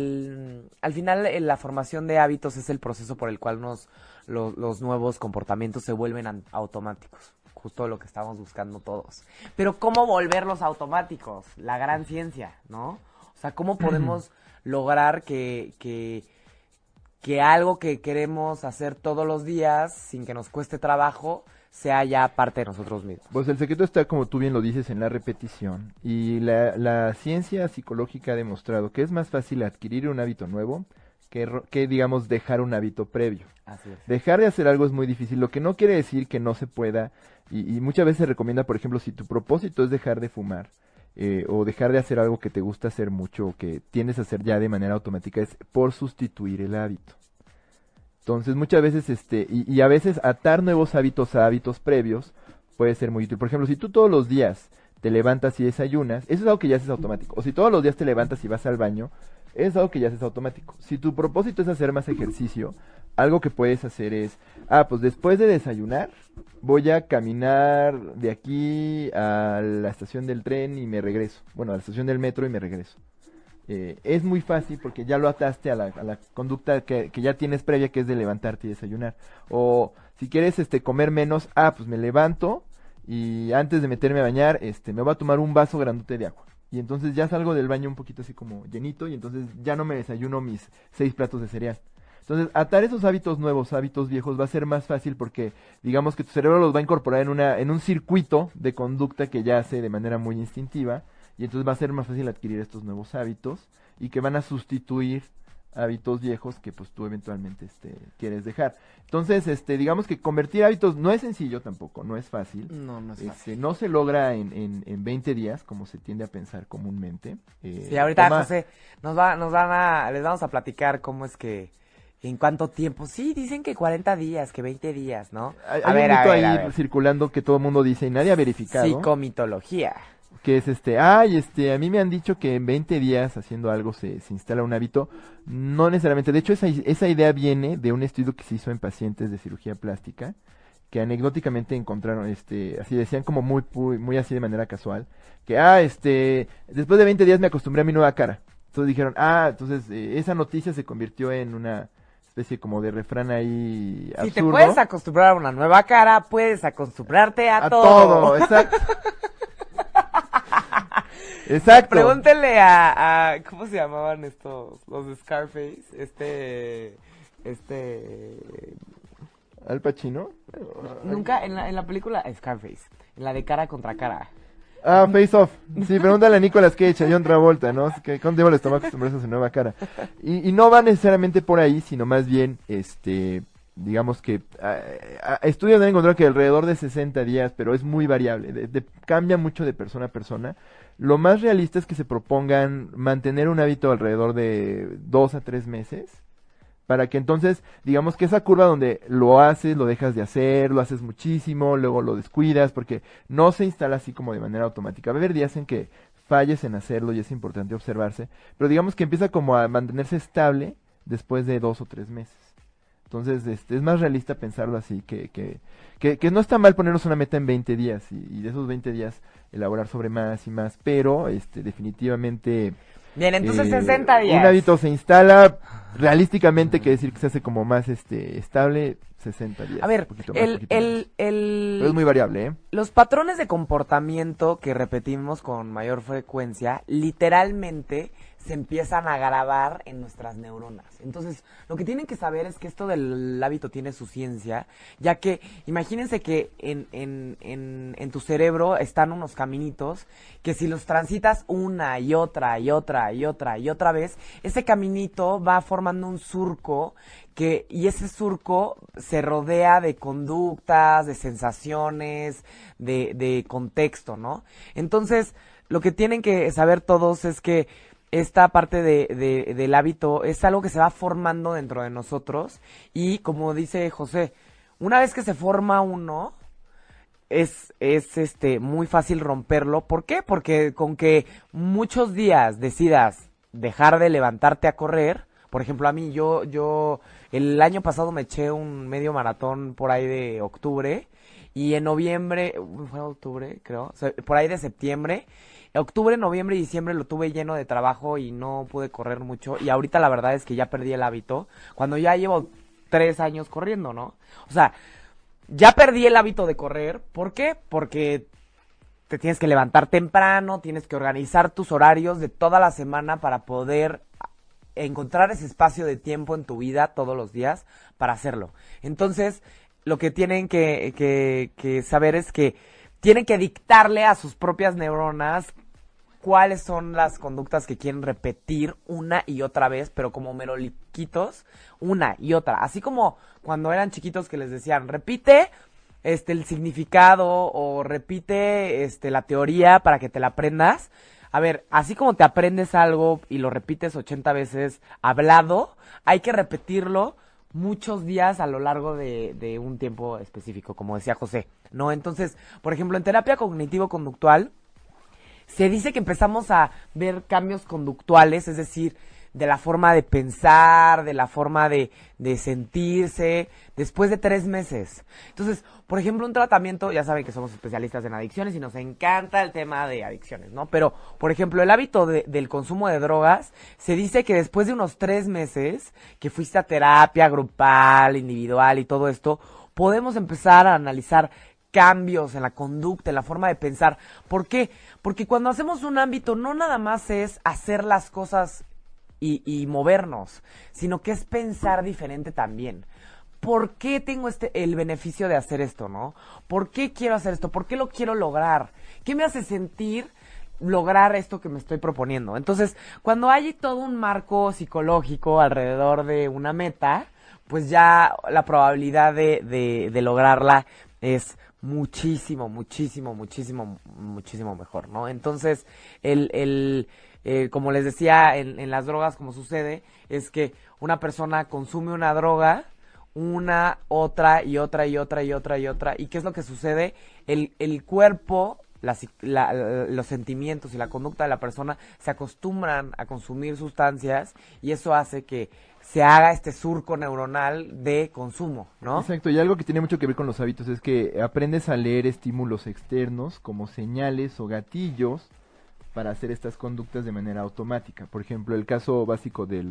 el, al final el, la formación de hábitos es el proceso por el cual nos, los, los nuevos comportamientos se vuelven an, automáticos. Justo lo que estamos buscando todos. Pero ¿cómo volverlos automáticos? La gran ciencia, ¿no? O sea, ¿cómo podemos lograr que, que, que algo que queremos hacer todos los días sin que nos cueste trabajo sea ya parte de nosotros mismos? Pues el secreto está, como tú bien lo dices, en la repetición. Y la, la ciencia psicológica ha demostrado que es más fácil adquirir un hábito nuevo que, que, digamos, dejar un hábito previo. Así es. Dejar de hacer algo es muy difícil, lo que no quiere decir que no se pueda, y, y muchas veces se recomienda, por ejemplo, si tu propósito es dejar de fumar, eh, o dejar de hacer algo que te gusta hacer mucho, o que tiendes a hacer ya de manera automática, es por sustituir el hábito. Entonces, muchas veces, este, y, y a veces atar nuevos hábitos a hábitos previos puede ser muy útil. Por ejemplo, si tú todos los días te levantas y desayunas, eso es algo que ya haces automático. O si todos los días te levantas y vas al baño, es algo que ya haces automático. Si tu propósito es hacer más ejercicio, algo que puedes hacer es, ah, pues después de desayunar, voy a caminar de aquí a la estación del tren y me regreso. Bueno, a la estación del metro y me regreso. Eh, es muy fácil porque ya lo ataste a la, a la conducta que, que ya tienes previa, que es de levantarte y desayunar. O si quieres este comer menos, ah, pues me levanto y antes de meterme a bañar, este me voy a tomar un vaso grandote de agua. Y entonces ya salgo del baño un poquito así como llenito y entonces ya no me desayuno mis seis platos de cereal. Entonces, atar esos hábitos nuevos, hábitos viejos, va a ser más fácil porque digamos que tu cerebro los va a incorporar en una en un circuito de conducta que ya hace de manera muy instintiva. Y entonces va a ser más fácil adquirir estos nuevos hábitos y que van a sustituir hábitos viejos que pues tú eventualmente este quieres dejar. Entonces, este digamos que convertir hábitos no es sencillo tampoco, no es fácil. No, no es Este, fácil. no se logra en, en, en veinte días, como se tiende a pensar comúnmente. Eh, Sí, ahorita toma- José nos va, nos van a, les vamos a platicar cómo es que, en cuánto tiempo. Sí, dicen que cuarenta días, que veinte días, ¿no? Hay, a hay ver, un a mito ver, a ahí ver. circulando que todo el mundo dice y nadie ha verificado. Psicomitología. Que es este, ay, este, a mí me han dicho que en veinte días haciendo algo se, se instala un hábito. No necesariamente, de hecho esa, esa idea viene de un estudio que se hizo en pacientes de cirugía plástica, que anecdóticamente encontraron, este, así decían como muy, muy, muy así de manera casual, que, ah, este, después de veinte días me acostumbré a mi nueva cara. Entonces dijeron, ah, entonces eh, esa noticia se convirtió en una especie como de refrán ahí absurdo. Si te puedes acostumbrar a una nueva cara, puedes acostumbrarte a, a todo. todo, exacto. Exacto. Pregúntele a, a, ¿cómo se llamaban estos, los de Scarface? Este, este... ¿Al Pacino? Nunca, en la, en la película Scarface, en la de cara contra cara. Ah, Face Off. Sí, pregúntale a Nicolas Cage, a John Travolta, ¿no? Que ¿cuánto tiempo les tomó acostumbrarse a su nueva cara? Y, y no va necesariamente por ahí, sino más bien, este, digamos que a, a, estudios han encontrado que alrededor de sesenta días, pero es muy variable, de, de, cambia mucho de persona a persona. Lo más realista es que se propongan mantener un hábito alrededor de dos a tres meses, para que entonces, digamos que esa curva donde lo haces, lo dejas de hacer, lo haces muchísimo, luego lo descuidas, porque no se instala así como de manera automática. Va a haber días en que falles en hacerlo y es importante observarse, pero digamos que empieza como a mantenerse estable después de dos o tres meses. Entonces, este, es más realista pensarlo así, que, que, que, que no está mal ponernos una meta en veinte días y, y de esos veinte días elaborar sobre más y más, pero este, definitivamente... Bien, entonces eh, sesenta días. Un hábito se instala realísticamente, que decir que se hace como más este estable, sesenta días. A ver, poquito más, el, poquito el, menos. el... Pero es muy variable, ¿eh? Los patrones de comportamiento que repetimos con mayor frecuencia, literalmente se empiezan a grabar en nuestras neuronas. Entonces, lo que tienen que saber es que esto del hábito tiene su ciencia, ya que imagínense que en, en, en, en tu cerebro están unos caminitos que si los transitas una y otra y otra y otra y otra vez, ese caminito va formando un surco que, y ese surco se rodea de conductas, de sensaciones, de, de contexto, ¿no? Entonces, lo que tienen que saber todos es que esta parte de, de, del hábito es algo que se va formando dentro de nosotros y, como dice José, una vez que se forma uno, es, es este muy fácil romperlo. ¿Por qué? Porque con que muchos días decidas dejar de levantarte a correr, por ejemplo, a mí, yo, yo, el año pasado me eché un medio maratón por ahí de octubre y en noviembre, fue octubre, creo, o sea, por ahí de septiembre, octubre, noviembre y diciembre lo tuve lleno de trabajo y no pude correr mucho. Y ahorita la verdad es que ya perdí el hábito. Cuando ya llevo tres años corriendo, ¿no? O sea, ya perdí el hábito de correr. ¿Por qué? Porque te tienes que levantar temprano, tienes que organizar tus horarios de toda la semana para poder encontrar ese espacio de tiempo en tu vida todos los días para hacerlo. Entonces, lo que tienen que, que, que saber es que tienen que dictarle a sus propias neuronas cuáles son las conductas que quieren repetir una y otra vez, pero como meroliquitos, una y otra. Así como cuando eran chiquitos que les decían, repite este el significado o repite este la teoría para que te la aprendas. A ver, así como te aprendes algo y lo repites ochenta veces hablado, hay que repetirlo muchos días a lo largo de, de un tiempo específico, como decía José, ¿no? Entonces, por ejemplo, en terapia cognitivo-conductual, se dice que empezamos a ver cambios conductuales, es decir, de la forma de pensar, de la forma de, de sentirse, después de tres meses. Entonces, por ejemplo, un tratamiento, ya saben que somos especialistas en adicciones y nos encanta el tema de adicciones, ¿no? Pero, por ejemplo, el hábito de, del consumo de drogas, se dice que después de unos tres meses que fuiste a terapia grupal, individual y todo esto, podemos empezar a analizar cambios en la conducta, en la forma de pensar. ¿Por qué? Porque cuando hacemos un hábito no nada más es hacer las cosas y, y movernos, sino que es pensar diferente también. ¿Por qué tengo este el beneficio de hacer esto, no? ¿Por qué quiero hacer esto? ¿Por qué lo quiero lograr? ¿Qué me hace sentir lograr esto que me estoy proponiendo? Entonces, cuando hay todo un marco psicológico alrededor de una meta, pues ya la probabilidad de, de, de lograrla es muchísimo, muchísimo, muchísimo, muchísimo mejor, ¿no? Entonces, el, el, eh, como les decía, en, en las drogas, como sucede, es que una persona consume una droga, una, otra, y otra, y otra, y otra, y otra, y ¿qué es lo que sucede? El, el cuerpo, la, la, los sentimientos y la conducta de la persona se acostumbran a consumir sustancias, y eso hace que se haga este surco neuronal de consumo, ¿no? Exacto, y algo que tiene mucho que ver con los hábitos es que aprendes a leer estímulos externos como señales o gatillos para hacer estas conductas de manera automática. Por ejemplo, el caso básico del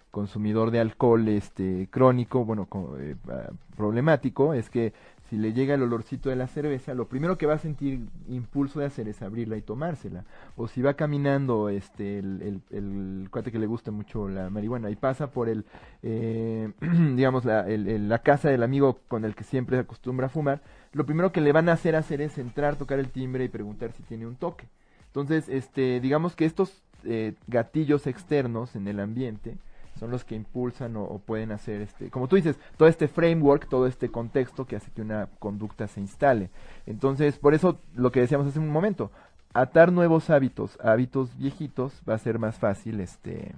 consumidor de alcohol este crónico, bueno, co- eh, ah, problemático, es que si le llega el olorcito de la cerveza, lo primero que va a sentir impulso de hacer es abrirla y tomársela. O si va caminando este el, el, el cuate que le gusta mucho la marihuana y pasa por el, eh, digamos, la, el, el- la casa del amigo con el que siempre se acostumbra a fumar, lo primero que le van a hacer hacer es entrar, tocar el timbre y preguntar si tiene un toque. Entonces, este, digamos que estos eh, gatillos externos en el ambiente son los que impulsan o, o pueden hacer, este, como tú dices, todo este framework, todo este contexto que hace que una conducta se instale. Entonces, por eso lo que decíamos hace un momento, atar nuevos hábitos a hábitos viejitos va a ser más fácil, este,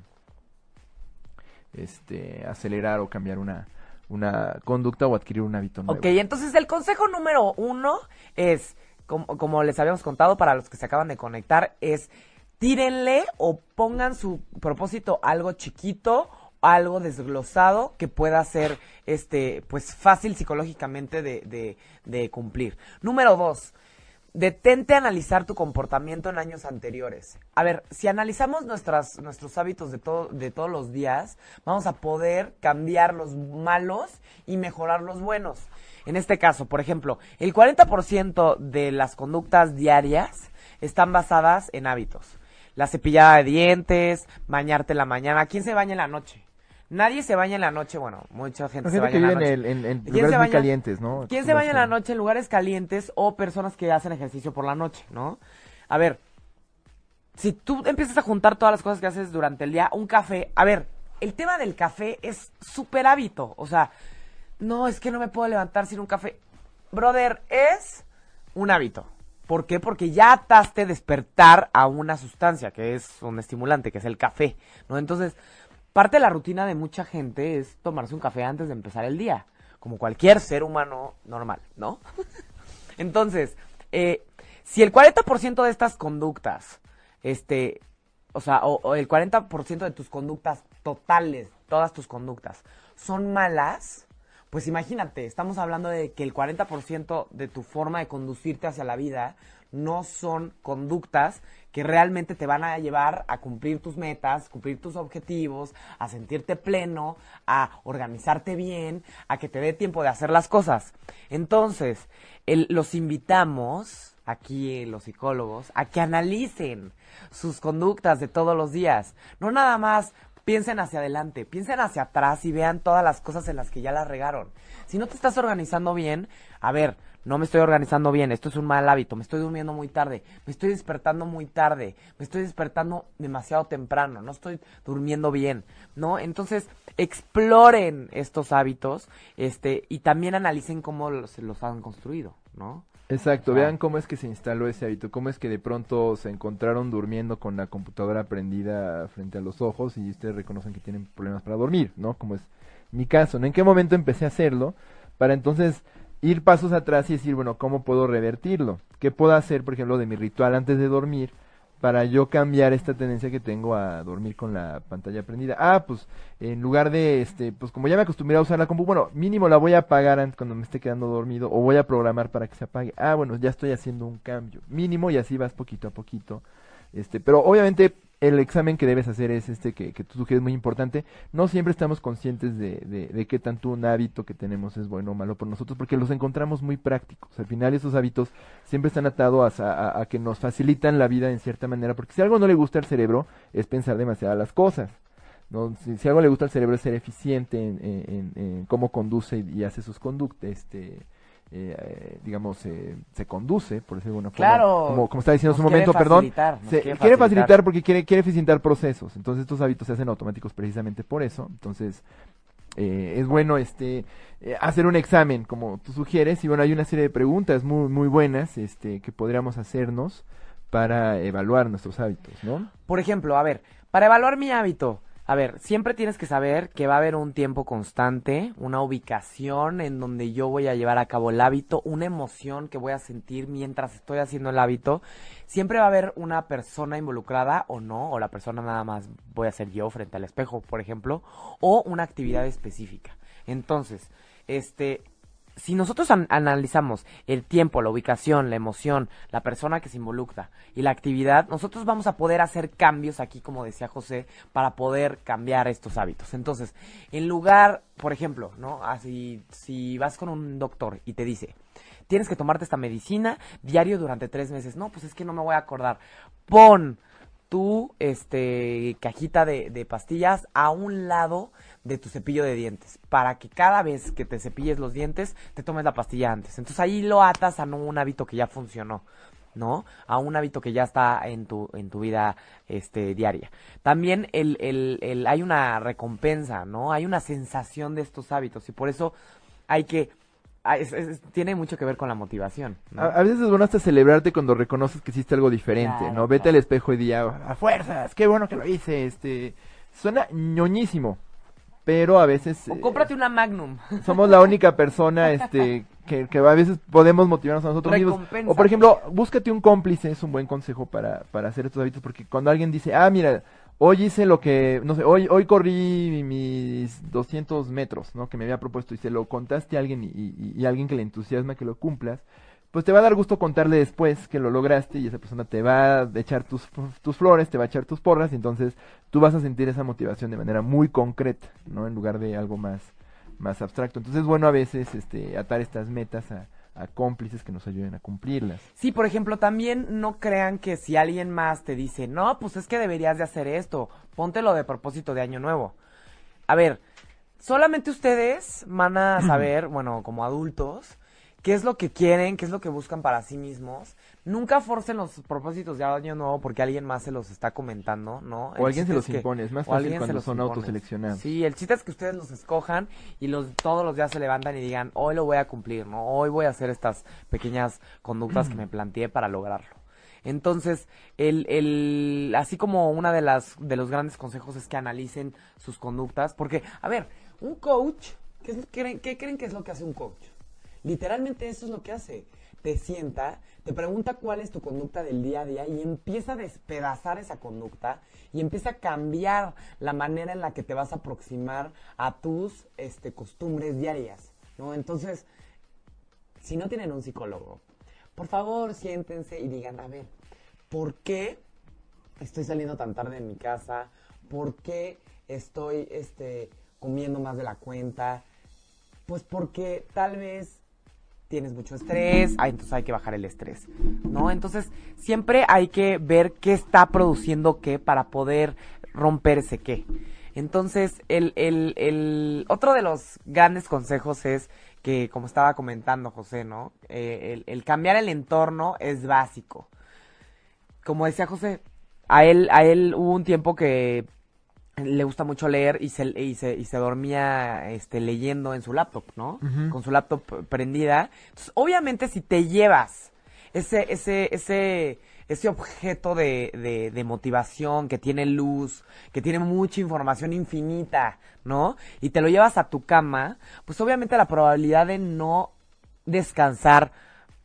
este, acelerar o cambiar una, una conducta o adquirir un hábito nuevo. Ok, entonces el consejo número uno es, como, como les habíamos contado para los que se acaban de conectar, es tírenle o pongan su propósito algo chiquito, algo desglosado que pueda ser este, pues fácil psicológicamente de, de, de cumplir. Número dos, detente a analizar tu comportamiento en años anteriores. A ver, si analizamos nuestras, nuestros hábitos de, todo, de todos los días, vamos a poder cambiar los malos y mejorar los buenos. En este caso, por ejemplo, el cuarenta por ciento de las conductas diarias están basadas en hábitos. La cepillada de dientes, bañarte en la mañana. ¿Quién se baña en la noche? Nadie se baña en la noche, bueno, mucha gente, La se gente baña que en la vive noche. en, el- en, en ¿Quién lugares se muy baña- calientes, ¿no? ¿Quién se baña en la Acostumbrarse- noche en lugares calientes o personas que hacen ejercicio por la noche, no? A ver, si tú empiezas a juntar todas las cosas que haces durante el día, un café, a ver, el tema del café es súper hábito, o sea, no, es que no me puedo levantar sin un café. Brother, es un hábito. ¿Por qué? Porque ya ataste despertar a una sustancia que es un estimulante, que es el café, ¿no? Entonces, parte de la rutina de mucha gente es tomarse un café antes de empezar el día, como cualquier ser humano normal, ¿no? Entonces, eh, si el cuarenta por ciento de estas conductas, este, o sea, o, o el cuarenta por ciento de tus conductas totales, todas tus conductas, son malas, pues imagínate, estamos hablando de que el cuarenta por ciento de tu forma de conducirte hacia la vida no son conductas que realmente te van a llevar a cumplir tus metas, cumplir tus objetivos, a sentirte pleno, a organizarte bien, a que te dé tiempo de hacer las cosas. Entonces, el- los invitamos, aquí los psicólogos, a que analicen sus conductas de todos los días. No nada más piensen hacia adelante, piensen hacia atrás y vean todas las cosas en las que ya las regaron. Si no te estás organizando bien, a ver, no me estoy organizando bien, esto es un mal hábito, me estoy durmiendo muy tarde, me estoy despertando muy tarde, me estoy despertando demasiado temprano, no estoy durmiendo bien, ¿no? Entonces, exploren estos hábitos, este, y también analicen cómo los, los han construido, ¿no? Exacto, O sea, vean cómo es que se instaló ese hábito, cómo es que de pronto se encontraron durmiendo con la computadora prendida frente a los ojos y ustedes reconocen que tienen problemas para dormir, ¿no? Como es mi caso, ¿no? ¿En qué momento empecé a hacerlo? Para entonces ir pasos atrás y decir, bueno, ¿cómo puedo revertirlo? ¿Qué puedo hacer, por ejemplo, de mi ritual antes de dormir para yo cambiar esta tendencia que tengo a dormir con la pantalla prendida? Ah, pues en lugar de, este, pues como ya me acostumbré a usar la compu, bueno, mínimo la voy a apagar antes cuando me esté quedando dormido o voy a programar para que se apague. Ah, bueno, ya estoy haciendo un cambio mínimo y así vas poquito a poquito. Este, pero obviamente el examen que debes hacer es este que, que tú sugieres muy importante. No siempre estamos conscientes de, de, de qué tanto un hábito que tenemos es bueno o malo por nosotros, porque los encontramos muy prácticos. Al final esos hábitos siempre están atados a, a, a que nos facilitan la vida en cierta manera, porque si algo no le gusta al cerebro es pensar demasiado las cosas. ¿No? Si, si algo le gusta al cerebro es ser eficiente en, en, en, en cómo conduce y, y hace sus conductas, este, eh, digamos, eh, se conduce, por decirlo de alguna forma. Claro, Como, como estaba diciendo hace nos un momento, quiere perdón. facilitar, nos Se, quiere quiere facilitar. facilitar porque quiere, quiere facilitar procesos. Entonces estos hábitos se hacen automáticos precisamente por eso. Entonces eh, es bueno este eh, hacer un examen, como tú sugieres. Y bueno, hay una serie de preguntas muy, muy buenas este, que podríamos hacernos para evaluar nuestros hábitos, ¿no? Por ejemplo, a ver, para evaluar mi hábito, a ver, siempre tienes que saber que va a haber un tiempo constante, una ubicación en donde yo voy a llevar a cabo el hábito, una emoción que voy a sentir mientras estoy haciendo el hábito. Siempre va a haber una persona involucrada o no, o la persona nada más voy a ser yo frente al espejo, por ejemplo, o una actividad específica. Entonces, este, si nosotros an- analizamos el tiempo, la ubicación, la emoción, la persona que se involucra y la actividad, nosotros vamos a poder hacer cambios aquí, como decía José, para poder cambiar estos hábitos. Entonces, en lugar, por ejemplo, ¿no? Así, si vas con un doctor y te dice, tienes que tomarte esta medicina diario durante tres meses. No, pues es que no me voy a acordar. Pon tu este, cajita de, de pastillas a un lado de tu cepillo de dientes, para que cada vez que te cepilles los dientes, te tomes la pastilla antes. Entonces ahí lo atas a no un hábito que ya funcionó, ¿no? A un hábito que ya está en tu, en tu vida este, diaria. También el, el, el, hay una recompensa, ¿no? Hay una sensación de estos hábitos y por eso hay que... Ah, es, es, tiene mucho que ver con la motivación, ¿no? A, a veces es bueno hasta celebrarte cuando reconoces que hiciste algo diferente, Claro, ¿no? Vete claro. al espejo y di, "Ah, a fuerzas, qué bueno que lo hice", este... Suena ñoñísimo, pero a veces... O eh, cómprate una Magnum. somos la única persona este que, que a veces podemos motivarnos a nosotros mismos. Recompénsate. O por ejemplo, búscate un cómplice, es un buen consejo para, para hacer estos hábitos, porque cuando alguien dice, ah, mira, hoy hice lo que, no sé, hoy, hoy corrí mis doscientos metros, ¿no? Que me había propuesto y se lo contaste a alguien y, y, y alguien que le entusiasma que lo cumplas, pues te va a dar gusto contarle después que lo lograste y esa persona te va a echar tus, tus flores, te va a echar tus porras y entonces tú vas a sentir esa motivación de manera muy concreta, ¿no? En lugar de algo más, más abstracto. Entonces es bueno a veces este, atar estas metas a, a cómplices que nos ayuden a cumplirlas. Sí, por ejemplo, también no crean que si alguien más te dice, no, pues es que deberías de hacer esto, póntelo de propósito de año nuevo. A ver, solamente ustedes van a saber, bueno, como adultos, qué es lo que quieren, qué es lo que buscan para sí mismos. Nunca forcen los propósitos de año nuevo porque alguien más se los está comentando, ¿no? O alguien se chiste los es que- impone, es más o fácil alguien se cuando los son impone. autoseleccionados. Sí, el chiste es que ustedes los escojan y los todos los días se levantan y digan, hoy lo voy a cumplir, ¿no? Hoy voy a hacer estas pequeñas conductas que me planteé para lograrlo. Entonces, el, el, así como una de las, de los grandes consejos es que analicen sus conductas, porque, a ver, un coach, ¿qué, es- creen, qué creen que es lo que hace un coach? Literalmente eso es lo que hace. Te sienta, te pregunta cuál es tu conducta del día a día y empieza a despedazar esa conducta y empieza a cambiar la manera en la que te vas a aproximar a tus este, costumbres diarias, ¿no? Entonces, si no tienen un psicólogo, por favor siéntense y digan, a ver, ¿por qué estoy saliendo tan tarde en mi casa? ¿Por qué estoy este, comiendo más de la cuenta? Pues porque tal vez tienes mucho estrés, ah, entonces hay que bajar el estrés, ¿no? Entonces, siempre hay que ver qué está produciendo qué para poder romper ese qué. Entonces, el, el, el otro de los grandes consejos es que, como estaba comentando José, ¿no? Eh, el, el cambiar el entorno es básico. Como decía José, a él, a él hubo un tiempo que le gusta mucho leer y se, y se, y se dormía este, leyendo en su laptop, ¿no? Ujú. Con su laptop prendida. Entonces, obviamente, si te llevas ese, ese, ese, ese objeto de, de, de motivación que tiene luz, que tiene mucha información infinita, ¿no? Y te lo llevas a tu cama, pues obviamente la probabilidad de no descansar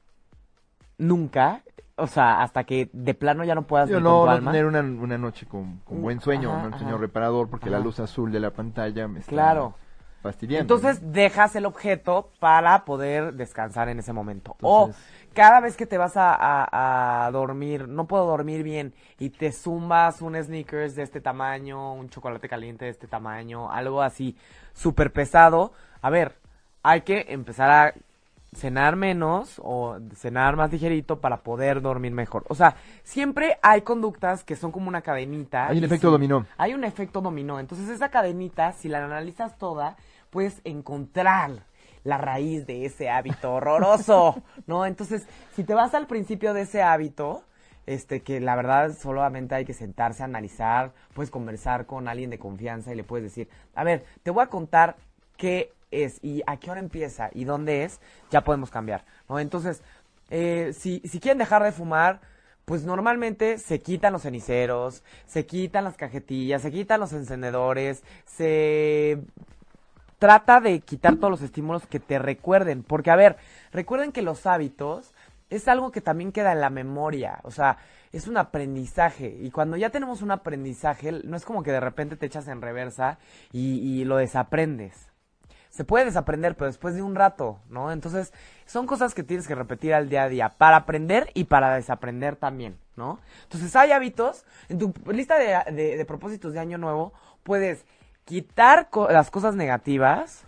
nunca, o sea, hasta que de plano ya no puedas Yo ni no, con tu no alma. tener una, una noche con, con buen sueño, Ajá, ¿no? Un sueño ajá. reparador, porque la Ajá. luz azul de la pantalla me está Claro. fastidiando. Entonces ¿no? dejas el objeto para poder descansar en ese momento. Entonces- O cada vez que te vas a, a- a dormir, no puedo dormir bien, y te zumbas un Snickers de este tamaño, un chocolate caliente de este tamaño, algo así súper pesado. A ver, hay que empezar a cenar menos o cenar más ligerito para poder dormir mejor. O sea, siempre hay conductas que son como una cadenita. Hay un y efecto si- dominó. Hay un efecto dominó. Entonces esa cadenita, si la analizas toda, puedes encontrar la raíz de ese hábito horroroso, ¿no? Entonces, si te vas al principio de ese hábito, este, que la verdad solamente hay que sentarse a analizar, puedes conversar con alguien de confianza y le puedes decir, a ver, te voy a contar qué es y a qué hora empieza y dónde es, ya podemos cambiar, ¿no? Entonces, eh, si, si quieren dejar de fumar, pues normalmente se quitan los ceniceros, se quitan las cajetillas, se quitan los encendedores, se trata de quitar todos los estímulos que te recuerden, porque a ver, recuerden que los hábitos es algo que también queda en la memoria, o sea, es un aprendizaje, y cuando ya tenemos un aprendizaje, no es como que de repente te echas en reversa y, y lo desaprendes. se puede desaprender, pero después de un rato, ¿no? Entonces, son cosas que tienes que repetir al día a día para aprender y para desaprender también, ¿no? Entonces, hay hábitos, en tu lista de, de, de propósitos de año nuevo, puedes quitar co- las cosas negativas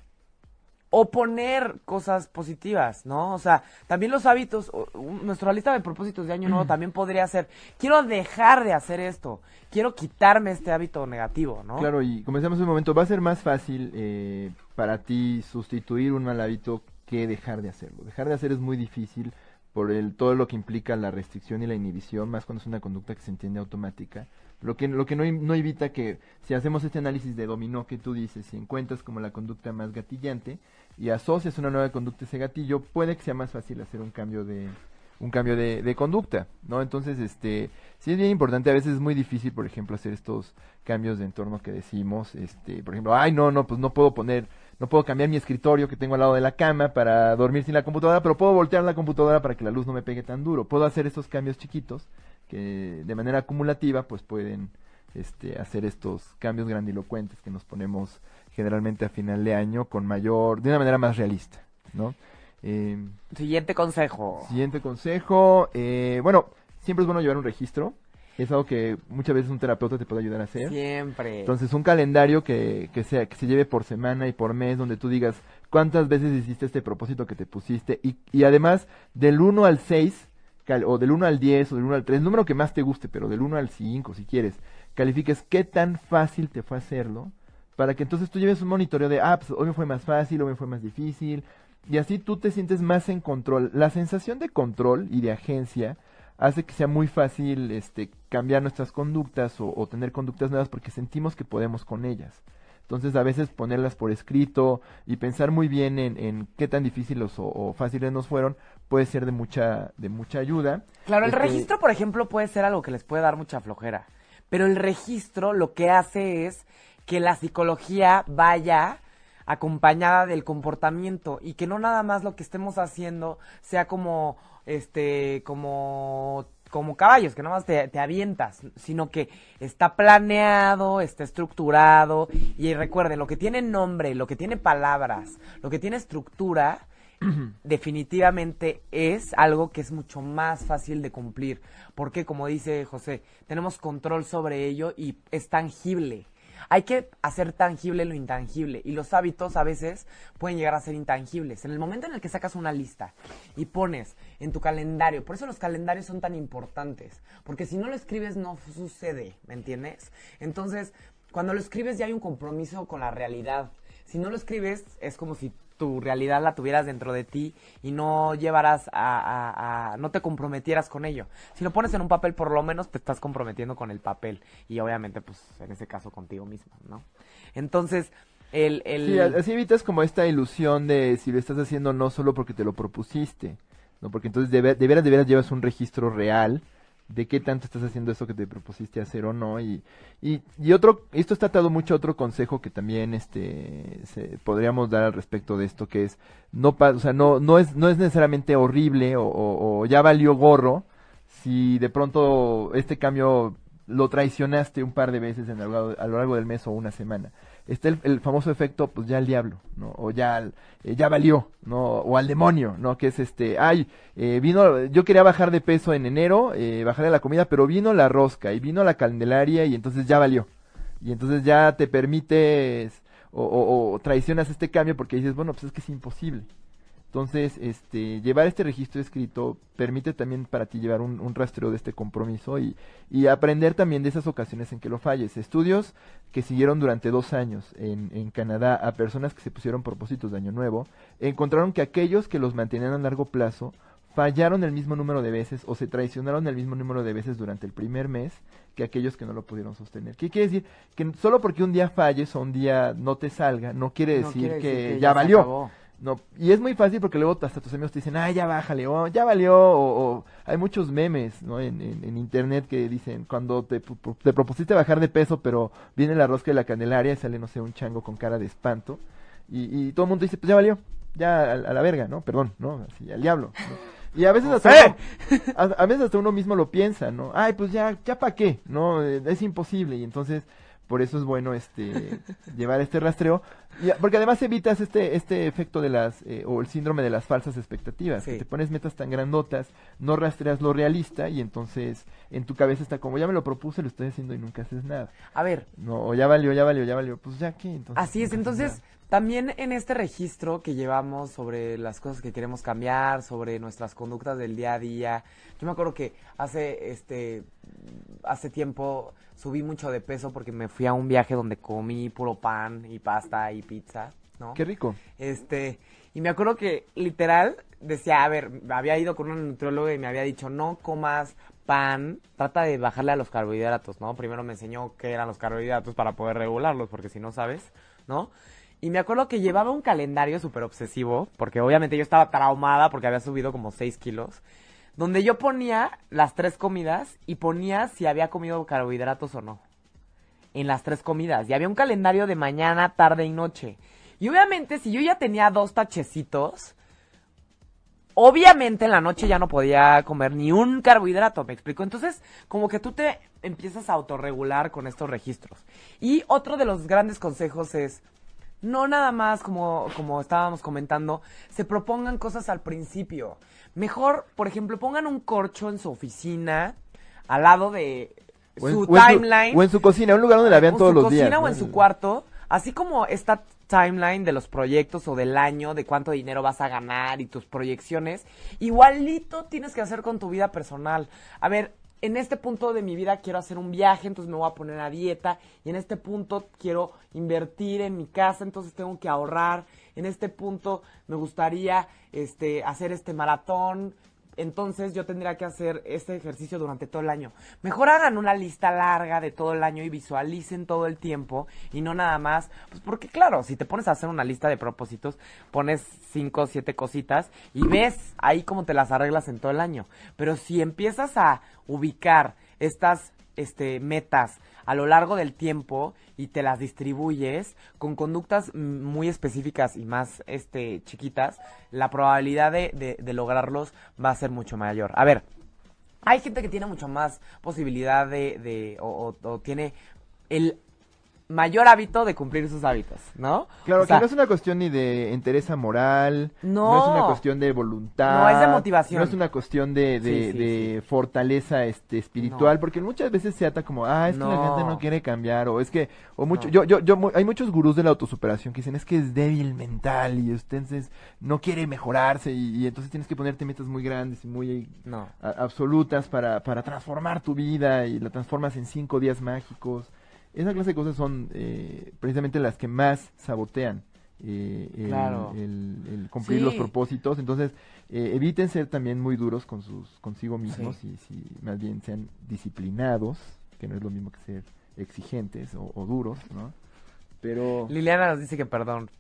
o poner cosas positivas, ¿no? O sea, también los hábitos, o- un- nuestra lista de propósitos de año nuevo también podría ser, quiero dejar de hacer esto, quiero quitarme este hábito negativo, ¿no? Claro, y como decíamos hace un momento, va a ser más fácil eh, para ti sustituir un mal hábito que dejar de hacerlo. Dejar de hacer es muy difícil por el todo lo que implica la restricción y la inhibición, más cuando es una conducta que se entiende automática. Lo que, lo que no, no evita que, si hacemos este análisis de dominó que tú dices, si encuentras como la conducta más gatillante y asocias una nueva conducta a ese gatillo, puede que sea más fácil hacer un cambio de un cambio de, de conducta, ¿no? Entonces, este, sí es bien importante, a veces es muy difícil, por ejemplo, hacer estos cambios de entorno que decimos, este, por ejemplo, ay, no, no, pues no puedo poner, no puedo cambiar mi escritorio que tengo al lado de la cama para dormir sin la computadora, pero puedo voltear la computadora para que la luz no me pegue tan duro. Puedo hacer estos cambios chiquitos que de manera acumulativa, pues pueden, este, hacer estos cambios grandilocuentes que nos ponemos generalmente a final de año con mayor, de una manera más realista, ¿no? Eh, Siguiente consejo. Siguiente consejo, eh, bueno, siempre es bueno llevar un registro, es algo que muchas veces un terapeuta te puede ayudar a hacer. Siempre. Entonces, un calendario que, que sea que se lleve por semana y por mes, donde tú digas cuántas veces hiciste este propósito que te pusiste, y, y además del uno al seis, cal, o del uno al diez, o del uno al tres, el número que más te guste, pero del uno al cinco, si quieres, califiques qué tan fácil te fue hacerlo, para que entonces tú lleves un monitoreo de, ah, pues hoy me fue más fácil, hoy me fue más difícil, y así tú te sientes más en control. La sensación de control y de agencia hace que sea muy fácil este cambiar nuestras conductas o, o tener conductas nuevas porque sentimos que podemos con ellas. Entonces, a veces ponerlas por escrito y pensar muy bien en, en qué tan difíciles o, o fáciles nos fueron puede ser de mucha de mucha ayuda. Claro, el Este, registro, por ejemplo, puede ser algo que les puede dar mucha flojera. Pero el registro lo que hace es que la psicología vaya acompañada del comportamiento y que no nada más lo que estemos haciendo sea como, este, como, como caballos, que nada más te, te avientas, sino que está planeado, está estructurado y recuerden, lo que tiene nombre, lo que tiene palabras, lo que tiene estructura, definitivamente es algo que es mucho más fácil de cumplir, porque como dice José, tenemos control sobre ello y es tangible. Hay que hacer tangible lo intangible y los hábitos a veces pueden llegar a ser intangibles. En el momento en el que sacas una lista y pones en tu calendario, por eso los calendarios son tan importantes, porque si no lo escribes no sucede, ¿me entiendes? Entonces, cuando lo escribes ya hay un compromiso con la realidad. Si no lo escribes es como si tu realidad la tuvieras dentro de ti y no llevaras a, a, a, no te comprometieras con ello. Si lo pones en un papel, por lo menos te estás comprometiendo con el papel y obviamente, pues, en ese caso contigo mismo, ¿no? Entonces, el... el... Sí, así evitas como esta ilusión de si lo estás haciendo no solo porque te lo propusiste, ¿no? Porque entonces de, ver, de veras, de veras llevas un registro real de qué tanto estás haciendo eso que te propusiste hacer o no, y, y, y otro, esto está atado mucho a otro consejo que también este se, podríamos dar al respecto de esto, que es no pa, o sea no no es no es necesariamente horrible o, o, o ya valió gorro si de pronto este cambio lo traicionaste un par de veces en el, a lo largo del mes o una semana. Está el, el famoso efecto, pues ya al diablo, ¿no? O ya, eh, ya valió, ¿no? O al demonio, ¿no? Que es este, ay, eh, vino, yo quería bajar de peso en enero, eh, bajarle la comida, pero vino la rosca y vino la candelaria y entonces ya valió. Y entonces ya te permites o, o, o traicionas este cambio porque dices, bueno, pues es que es imposible. Entonces, este, llevar este registro escrito permite también para ti llevar un, un rastreo de este compromiso y, y aprender también de esas ocasiones en que lo falles. Estudios que siguieron durante dos años en, en Canadá a personas que se pusieron propósitos de año nuevo, encontraron que aquellos que los mantenían a largo plazo fallaron el mismo número de veces o se traicionaron el mismo número de veces durante el primer mes que aquellos que no lo pudieron sostener. ¿Qué quiere decir? Que solo porque un día falles o un día no te salga, no quiere No decir, quiere que, decir que ya ya se valió. acabó. No, y es muy fácil porque luego hasta tus amigos te dicen, ay, ya bájale, o ya valió, o, o hay muchos memes, ¿no? En, en, en internet que dicen, cuando te, te propusiste bajar de peso, pero viene la rosca de la Candelaria y sale, no sé, un chango con cara de espanto, y, y todo el mundo dice, pues ya valió, ya a, a la verga, ¿no? Perdón, ¿no? Así, al diablo, ¿no? Y a veces hasta uno, a, a veces hasta uno mismo lo piensa, ¿no? Ay, pues ya, ya pa' qué, ¿no? Eh, es imposible, y entonces por eso es bueno este llevar este rastreo, y, porque además evitas este este efecto de las, eh, o el síndrome de las falsas expectativas, Sí. que te pones metas tan grandotas, no rastreas lo realista, y entonces en tu cabeza está como, ya me lo propuse, lo estoy haciendo y nunca haces nada. A ver, No, o ya valió, ya valió, ya valió, pues ya qué, entonces. así es, nunca haces entonces nada. también en este registro que llevamos sobre las cosas que queremos cambiar, sobre nuestras conductas del día a día, yo me acuerdo que hace este hace tiempo subí mucho de peso porque me fui a un viaje donde comí puro pan y pasta y pizza, ¿no? Qué rico. Este, y me acuerdo que literal decía, a ver, había ido con una nutrióloga y me había dicho, no comas pan, trata de bajarle a los carbohidratos, ¿no? Primero me enseñó qué eran los carbohidratos para poder regularlos, porque si no sabes, ¿no? Y me acuerdo que llevaba un calendario súper obsesivo, porque obviamente yo estaba traumada porque había subido como seis kilos, donde yo ponía las tres comidas y ponía si había comido carbohidratos o no. En las tres comidas. Y había un calendario de mañana, tarde y noche. Y obviamente si yo ya tenía dos tachecitos, obviamente en la noche ya no podía comer ni un carbohidrato, ¿me explico? Entonces, como que tú te empiezas a autorregular con estos registros. Y otro de los grandes consejos es, no nada más, como, como estábamos comentando, se propongan cosas al principio. Mejor, por ejemplo, pongan un corcho en su oficina, al lado de O en- su o en timeline. o en su cocina, un lugar donde la vean o todos su los cocina días. o ¿no? en su cuarto, así como esta timeline de los proyectos o del año, de cuánto dinero vas a ganar y tus proyecciones, igualito tienes que hacer con tu vida personal. A ver, en este punto de mi vida quiero hacer un viaje, entonces me voy a poner a dieta, y en este punto quiero invertir en mi casa, entonces tengo que ahorrar, en este punto me gustaría este hacer este maratón, entonces yo tendría que hacer este ejercicio durante todo el año. Mejor hagan una lista larga de todo el año y visualicen todo el tiempo y no nada más, pues porque claro, si te pones a hacer una lista de propósitos, pones cinco o siete cositas y ves ahí cómo te las arreglas en todo el año. Pero si empiezas a ubicar estas este metas a lo largo del tiempo y te las distribuyes con conductas mm, muy específicas y más este chiquitas, la probabilidad de, de, de lograrlos va a ser mucho mayor. A ver, hay gente que tiene mucho más posibilidad de, de o, o, o tiene el mayor hábito de cumplir sus hábitos, ¿no? Claro, O sea, que no es una cuestión ni de entereza moral, No. es una cuestión de voluntad, No, es de motivación. no es una cuestión de, de, Sí, sí, de fortaleza este espiritual, No. porque muchas veces se ata como, ah, es que la No. gente no quiere cambiar, o es que, o mucho, No. yo, yo, yo, mu- hay muchos gurús de la autosuperación que dicen, es que es débil mental, y entonces no quiere mejorarse, y, y entonces tienes que ponerte metas muy grandes y muy No. a- absolutas para, para transformar tu vida, y la transformas en cinco días mágicos. Esa clase de cosas son eh, precisamente las que más sabotean eh, el, Claro. el- el cumplir Sí. los propósitos. Entonces, eh, eviten ser también muy duros con sus consigo mismos, Sí. y si más bien sean disciplinados, que no es lo mismo que ser exigentes o, o duros, ¿no? Pero, Liliana nos dice que perdón.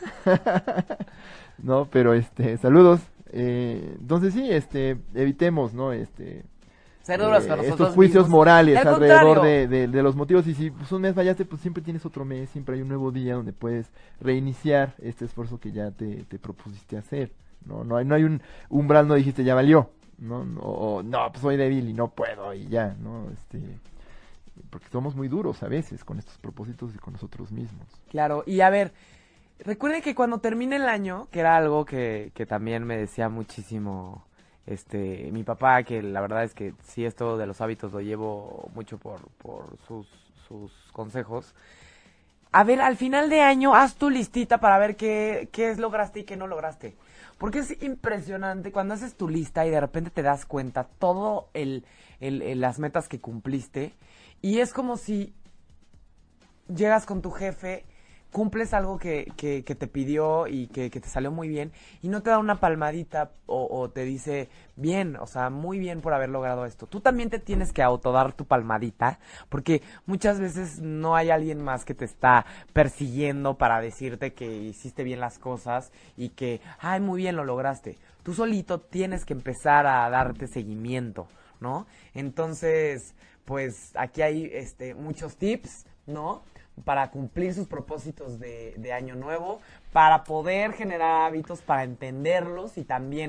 no, pero este, saludos. Eh, entonces sí, este, evitemos, ¿no? Este, Ser duros eh, con nosotros estos juicios mismos. morales Al alrededor contrario. de, de, de los motivos, y si pues, un mes fallaste, pues siempre tienes otro mes, siempre hay un nuevo día donde puedes reiniciar este esfuerzo que ya te, te propusiste hacer. No no hay no hay un umbral, no dijiste ya valió, no no o, no pues soy débil y no puedo y ya, no este porque somos muy duros a veces con estos propósitos y con nosotros mismos. Claro, y a ver, recuerden que cuando termine el año, que era algo que, que también me decía muchísimo este mi papá, que la verdad es que sí, esto de los hábitos lo llevo mucho por, por sus, sus consejos. A ver, al final de año, haz tu listita para ver qué, qué es lograste y qué no lograste. Porque es impresionante cuando haces tu lista y de repente te das cuenta todo el, el, el- las metas que cumpliste. Y es como si llegas con tu jefe, cumples algo que, que, que te pidió y que, que te salió muy bien, y no te da una palmadita o, o te dice, bien, o sea, muy bien por haber logrado esto. Tú también te tienes que autodar tu palmadita, porque muchas veces no hay alguien más que te está persiguiendo para decirte que hiciste bien las cosas y que, ay, muy bien, lo lograste. Tú solito tienes que empezar a darte seguimiento, ¿no? Entonces, pues aquí hay este muchos tips, ¿no? Para cumplir sus propósitos de, de año nuevo, para poder generar hábitos, para entenderlos y también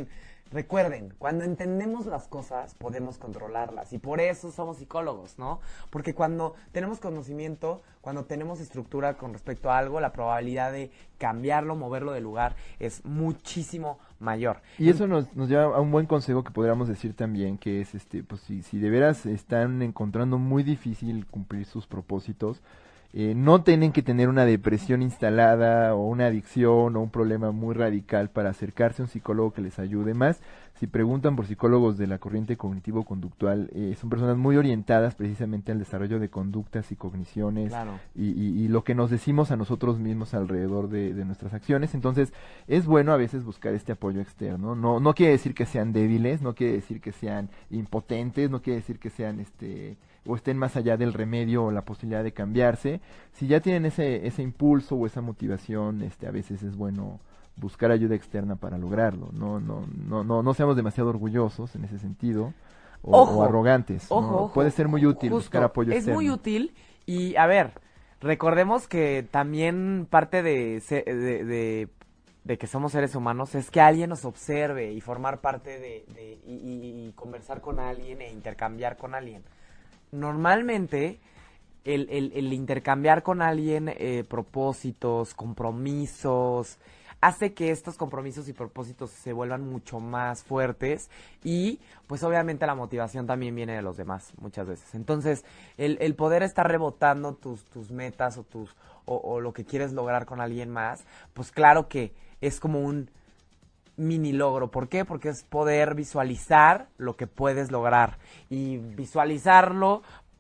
recuerden, cuando entendemos las cosas podemos controlarlas y por eso somos psicólogos, ¿no? Porque cuando tenemos conocimiento, cuando tenemos estructura con respecto a algo, la probabilidad de cambiarlo, moverlo de lugar es muchísimo mayor. Y eso nos, nos lleva a un buen consejo que podríamos decir también, que es, este, pues si, si de veras están encontrando muy difícil cumplir sus propósitos, Eh, no tienen que tener una depresión instalada o una adicción o un problema muy radical para acercarse a un psicólogo que les ayude más. Si preguntan por psicólogos de la corriente cognitivo-conductual, eh, son personas muy orientadas precisamente al desarrollo de conductas y cogniciones Claro. y, y, y lo que nos decimos a nosotros mismos alrededor de, de nuestras acciones. Entonces, es bueno a veces buscar este apoyo externo. No, no quiere decir que sean débiles, no quiere decir que sean impotentes, no quiere decir que sean este o estén más allá del remedio o la posibilidad de cambiarse. Si ya tienen ese ese impulso o esa motivación, este a veces es bueno buscar ayuda externa para lograrlo. No no no no no seamos demasiado orgullosos en ese sentido o, Ojo, o arrogantes. Ojo, ¿no? ojo, Puede ser muy útil justo, buscar apoyo es externo. muy útil y a ver, recordemos que también parte de, se- de, de de que somos seres humanos es que alguien nos observe y formar parte de, de y, y- y conversar con alguien e intercambiar con alguien. Normalmente el, el, el intercambiar con alguien eh, propósitos, compromisos, hace que estos compromisos y propósitos se vuelvan mucho más fuertes y pues obviamente la motivación también viene de los demás muchas veces. Entonces el, el poder estar rebotando tus, tus metas o, tus, o, o lo que quieres lograr con alguien más, pues claro que es como un mini logro. ¿Por qué? Porque es poder visualizar lo que puedes lograr y visualizarlo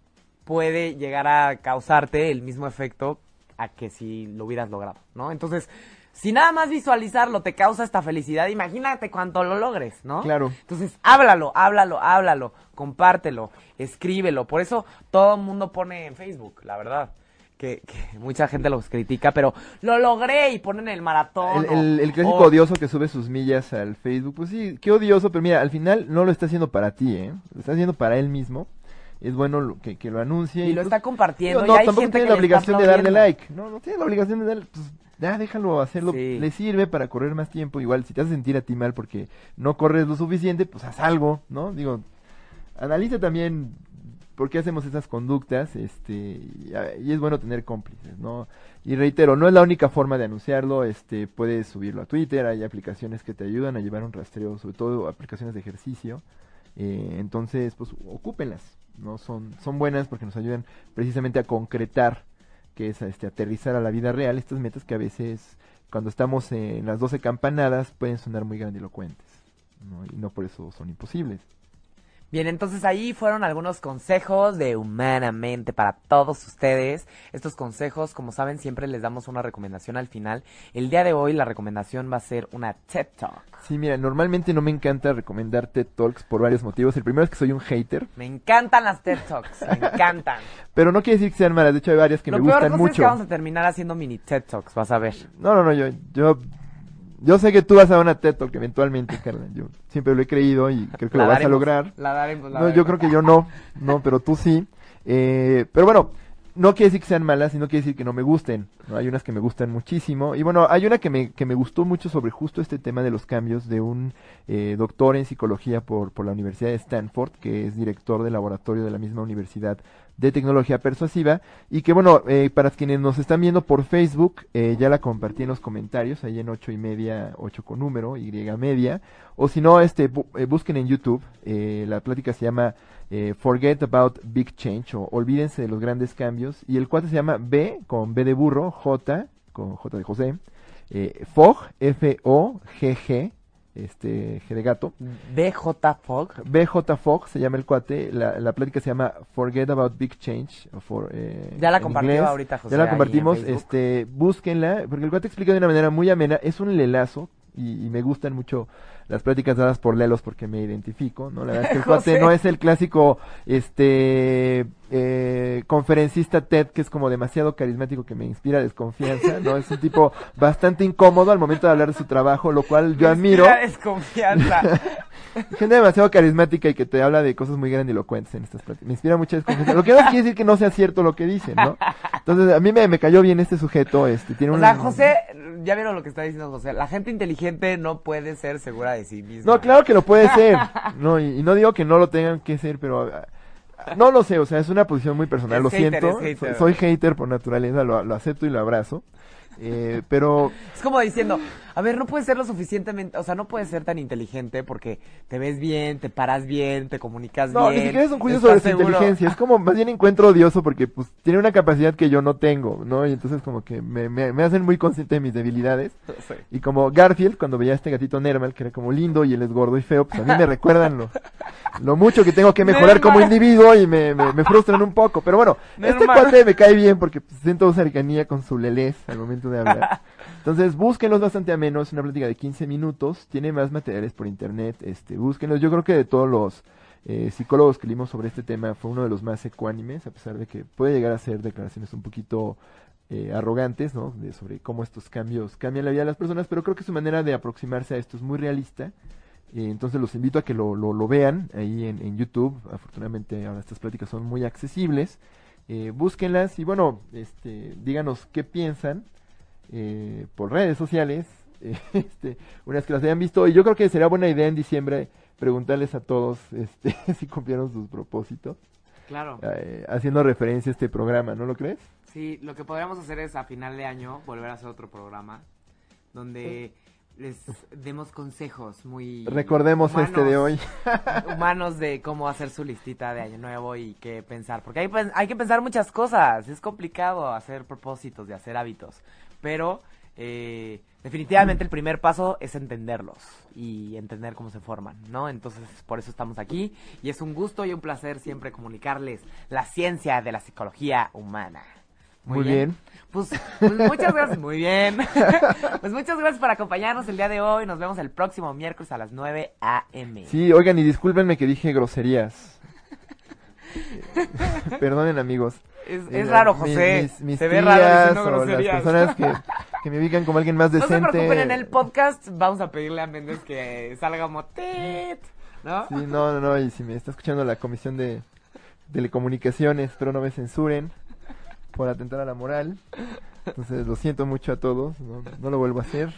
puede llegar a causarte el mismo efecto a que si lo hubieras logrado, ¿no? Entonces, si nada más visualizarlo te causa esta felicidad, imagínate cuánto lo logres, ¿no? Claro. Entonces, háblalo, háblalo, háblalo, compártelo, escríbelo. Por eso todo el mundo pone en Facebook, la verdad. Que, que mucha gente los critica, pero lo logré y ponen el maratón. El, o- el, el clásico o- odioso que sube sus millas al Facebook, pues sí, qué odioso, pero mira, al final no lo está haciendo para ti, ¿eh? Lo está haciendo para él mismo. Es bueno lo- que, que lo anuncie. Y lo pues, está compartiendo. digo, y no, hay tampoco gente tiene que la le está obligación de darle aplaudiendo. like. No, no tiene la obligación de darle, pues ya déjalo hacerlo. Sí. Le sirve para correr más tiempo. Igual, si te hace sentir a ti mal porque no corres lo suficiente, pues haz algo, ¿no? Digo, analiza también por qué hacemos esas conductas, este, y, y es bueno tener cómplices, ¿no? Y reitero, no es la única forma de anunciarlo, este, puedes subirlo a Twitter, hay aplicaciones que te ayudan a llevar un rastreo, sobre todo aplicaciones de ejercicio, eh, entonces, pues, ocúpenlas, ¿no? Son, son buenas porque nos ayudan precisamente a concretar, que es, este, aterrizar a la vida real estas metas que a veces, cuando estamos en las doce campanadas, pueden sonar muy grandilocuentes, ¿no? Y no por eso son imposibles. Bien, entonces ahí fueron algunos consejos de Humanamente para todos ustedes. Estos consejos, como saben, siempre les damos una recomendación al final. El día de hoy la recomendación va a ser una TED Talk. Sí, mira, normalmente no me encanta recomendar TED Talks por varios motivos. El primero es que soy un hater, Me encantan las TED Talks, me encantan. pero no quiere decir que sean malas. De hecho, hay varias que Lo me peor gustan cosa es mucho. que vamos a terminar haciendo mini TED Talks, vas a ver. No, no, no, yo, yo, yo sé que tú vas a una TED Talk eventualmente, Carla. Yo siempre lo he creído y creo que La lo vas daremos, a lograr. La daremos, la No, yo daremos. creo que yo no, no, pero tú sí. Eh, pero bueno, no quiere decir que sean malas y no quiere decir que no me gusten, ¿no? Hay unas que me gustan muchísimo. Y bueno, hay una que me, que me gustó mucho sobre justo este tema de los cambios de un eh, doctor en psicología por, por la Universidad de Stanford, que es director del laboratorio de la misma universidad de tecnología persuasiva. Y que bueno, eh, para quienes nos están viendo por Facebook, eh, ya la compartí en los comentarios, ahí en ocho y media, ocho con número, Y media. O si no, este, bu- eh, busquen en YouTube, eh, la plática se llama eh, Forget About Big Change, o Olvídense de los grandes cambios, y el cuate se llama B, con B de burro, J, con J de José, eh, Fogg, F O G G, este, G de gato, B J Fogg. B J Fogg se llama el cuate, la, la plática se llama Forget About Big Change, o for, eh, Ya la en compartió inglés. ahorita, José, Ya la ahí en compartimos, Facebook. este, búsquenla, porque el cuate explica de una manera muy amena, es un lelazo, y, y me gustan mucho las pláticas dadas por Lelos porque me identifico, ¿no? La verdad es que el cuate José. no es el clásico, este, eh, conferencista TED que es como demasiado carismático que me inspira desconfianza, ¿no? Es un tipo bastante incómodo al momento de hablar de su trabajo, lo cual yo Me admiro. inspira desconfianza. Gente demasiado carismática y que te habla de cosas muy grandilocuentes en estas pláticas. Me inspira mucha desconfianza. Lo que no quiere decir que no sea cierto lo que dicen, ¿no? Entonces, a mí me, me cayó bien este sujeto, este, tiene O un... sea, José ya vieron lo que está diciendo José. La gente inteligente no puede ser segura de sí misma. No, claro que lo puede ser. No, y, y no digo que no lo tengan que ser, pero ah, no lo sé, o sea, es una posición muy personal, Es lo hater, siento. es hater. Soy, soy hater por naturaleza, lo, lo acepto y lo abrazo. Eh, pero Es como diciendo, a ver, no puedes ser lo suficientemente, o sea, no puedes ser tan inteligente porque te ves bien, te paras bien, te comunicas no, bien. ni siquiera es un juicio estás sobre su seguro. inteligencia, es como más bien encuentro odioso porque pues tiene una capacidad que yo no tengo, ¿no? Y entonces como que me, me, me hacen muy consciente de mis debilidades. Sí. Y como Garfield, cuando veía a este gatito Nermal, que era como lindo y él es gordo y feo, pues a mí me recuerdan lo, lo mucho que tengo que mejorar como Nermal. individuo y me, me, me frustran un poco. Pero bueno, este Nermal. cuate me cae bien porque pues, siento cercanía con su lelés al momento de hablar. Entonces, búsquenlos, bastante ameno, es una plática de quince minutos, tiene más materiales por internet, este, búsquenlos. Yo creo que de todos los eh, psicólogos que leímos sobre este tema fue uno de los más ecuánimes, a pesar de que puede llegar a hacer declaraciones un poquito eh, arrogantes, ¿no? De, sobre cómo estos cambios cambian la vida de las personas, pero creo que su manera de aproximarse a esto es muy realista. Eh, entonces los invito a que lo, lo, lo vean ahí en, en YouTube. Afortunadamente ahora estas pláticas son muy accesibles. Eh, búsquenlas y bueno, este, díganos qué piensan. Eh, por redes sociales, eh, este, unas que las hayan visto, y yo creo que sería buena idea en diciembre preguntarles a todos este, si cumplieron sus propósitos, Claro. eh, haciendo referencia a este programa, ¿no lo crees? Sí, lo que podríamos hacer es a final de año volver a hacer otro programa donde les demos consejos muy Recordemos humanos, este de hoy. humanos de cómo hacer su listita de año nuevo y qué pensar, porque hay, hay que pensar muchas cosas, es complicado hacer propósitos y hacer hábitos, pero eh, definitivamente el primer paso es entenderlos y entender cómo se forman, ¿no? Entonces por eso estamos aquí y es un gusto y un placer siempre comunicarles la ciencia de la psicología humana. Muy bien. Pues, pues muchas gracias, muy bien. Pues muchas gracias por acompañarnos el día de hoy. Nos vemos el próximo miércoles a las nueve a eme Sí, oigan, y discúlpenme que dije groserías. Eh, Perdonen, amigos. Es, Eh, es raro, mi- José. Mis, mis Se ve tías raro diciendo o las groserías. personas que, que me ubican como alguien más No se decente. preocupen, en el podcast vamos a pedirle a Méndez que salga como tit, ¿no? Sí, no, no, no, y si me está escuchando la Comisión de Telecomunicaciones, espero no me censuren por atentar a la moral. Entonces, lo siento mucho a todos, no, no lo vuelvo a hacer.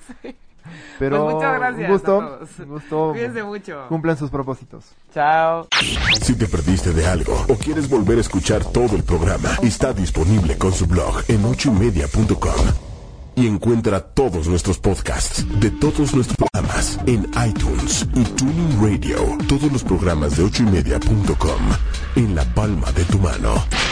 Pero Pues muchas gracias un gusto, a todos. un gusto. Cuídense mucho. Cumplan sus propósitos. Chao. Si te perdiste de algo o quieres volver a escuchar todo el programa, está disponible con su blog en ocho y media punto com. Y encuentra todos nuestros podcasts de todos nuestros programas en iTunes y Tuning Radio. Todos los programas de ocho y media punto com en la palma de tu mano.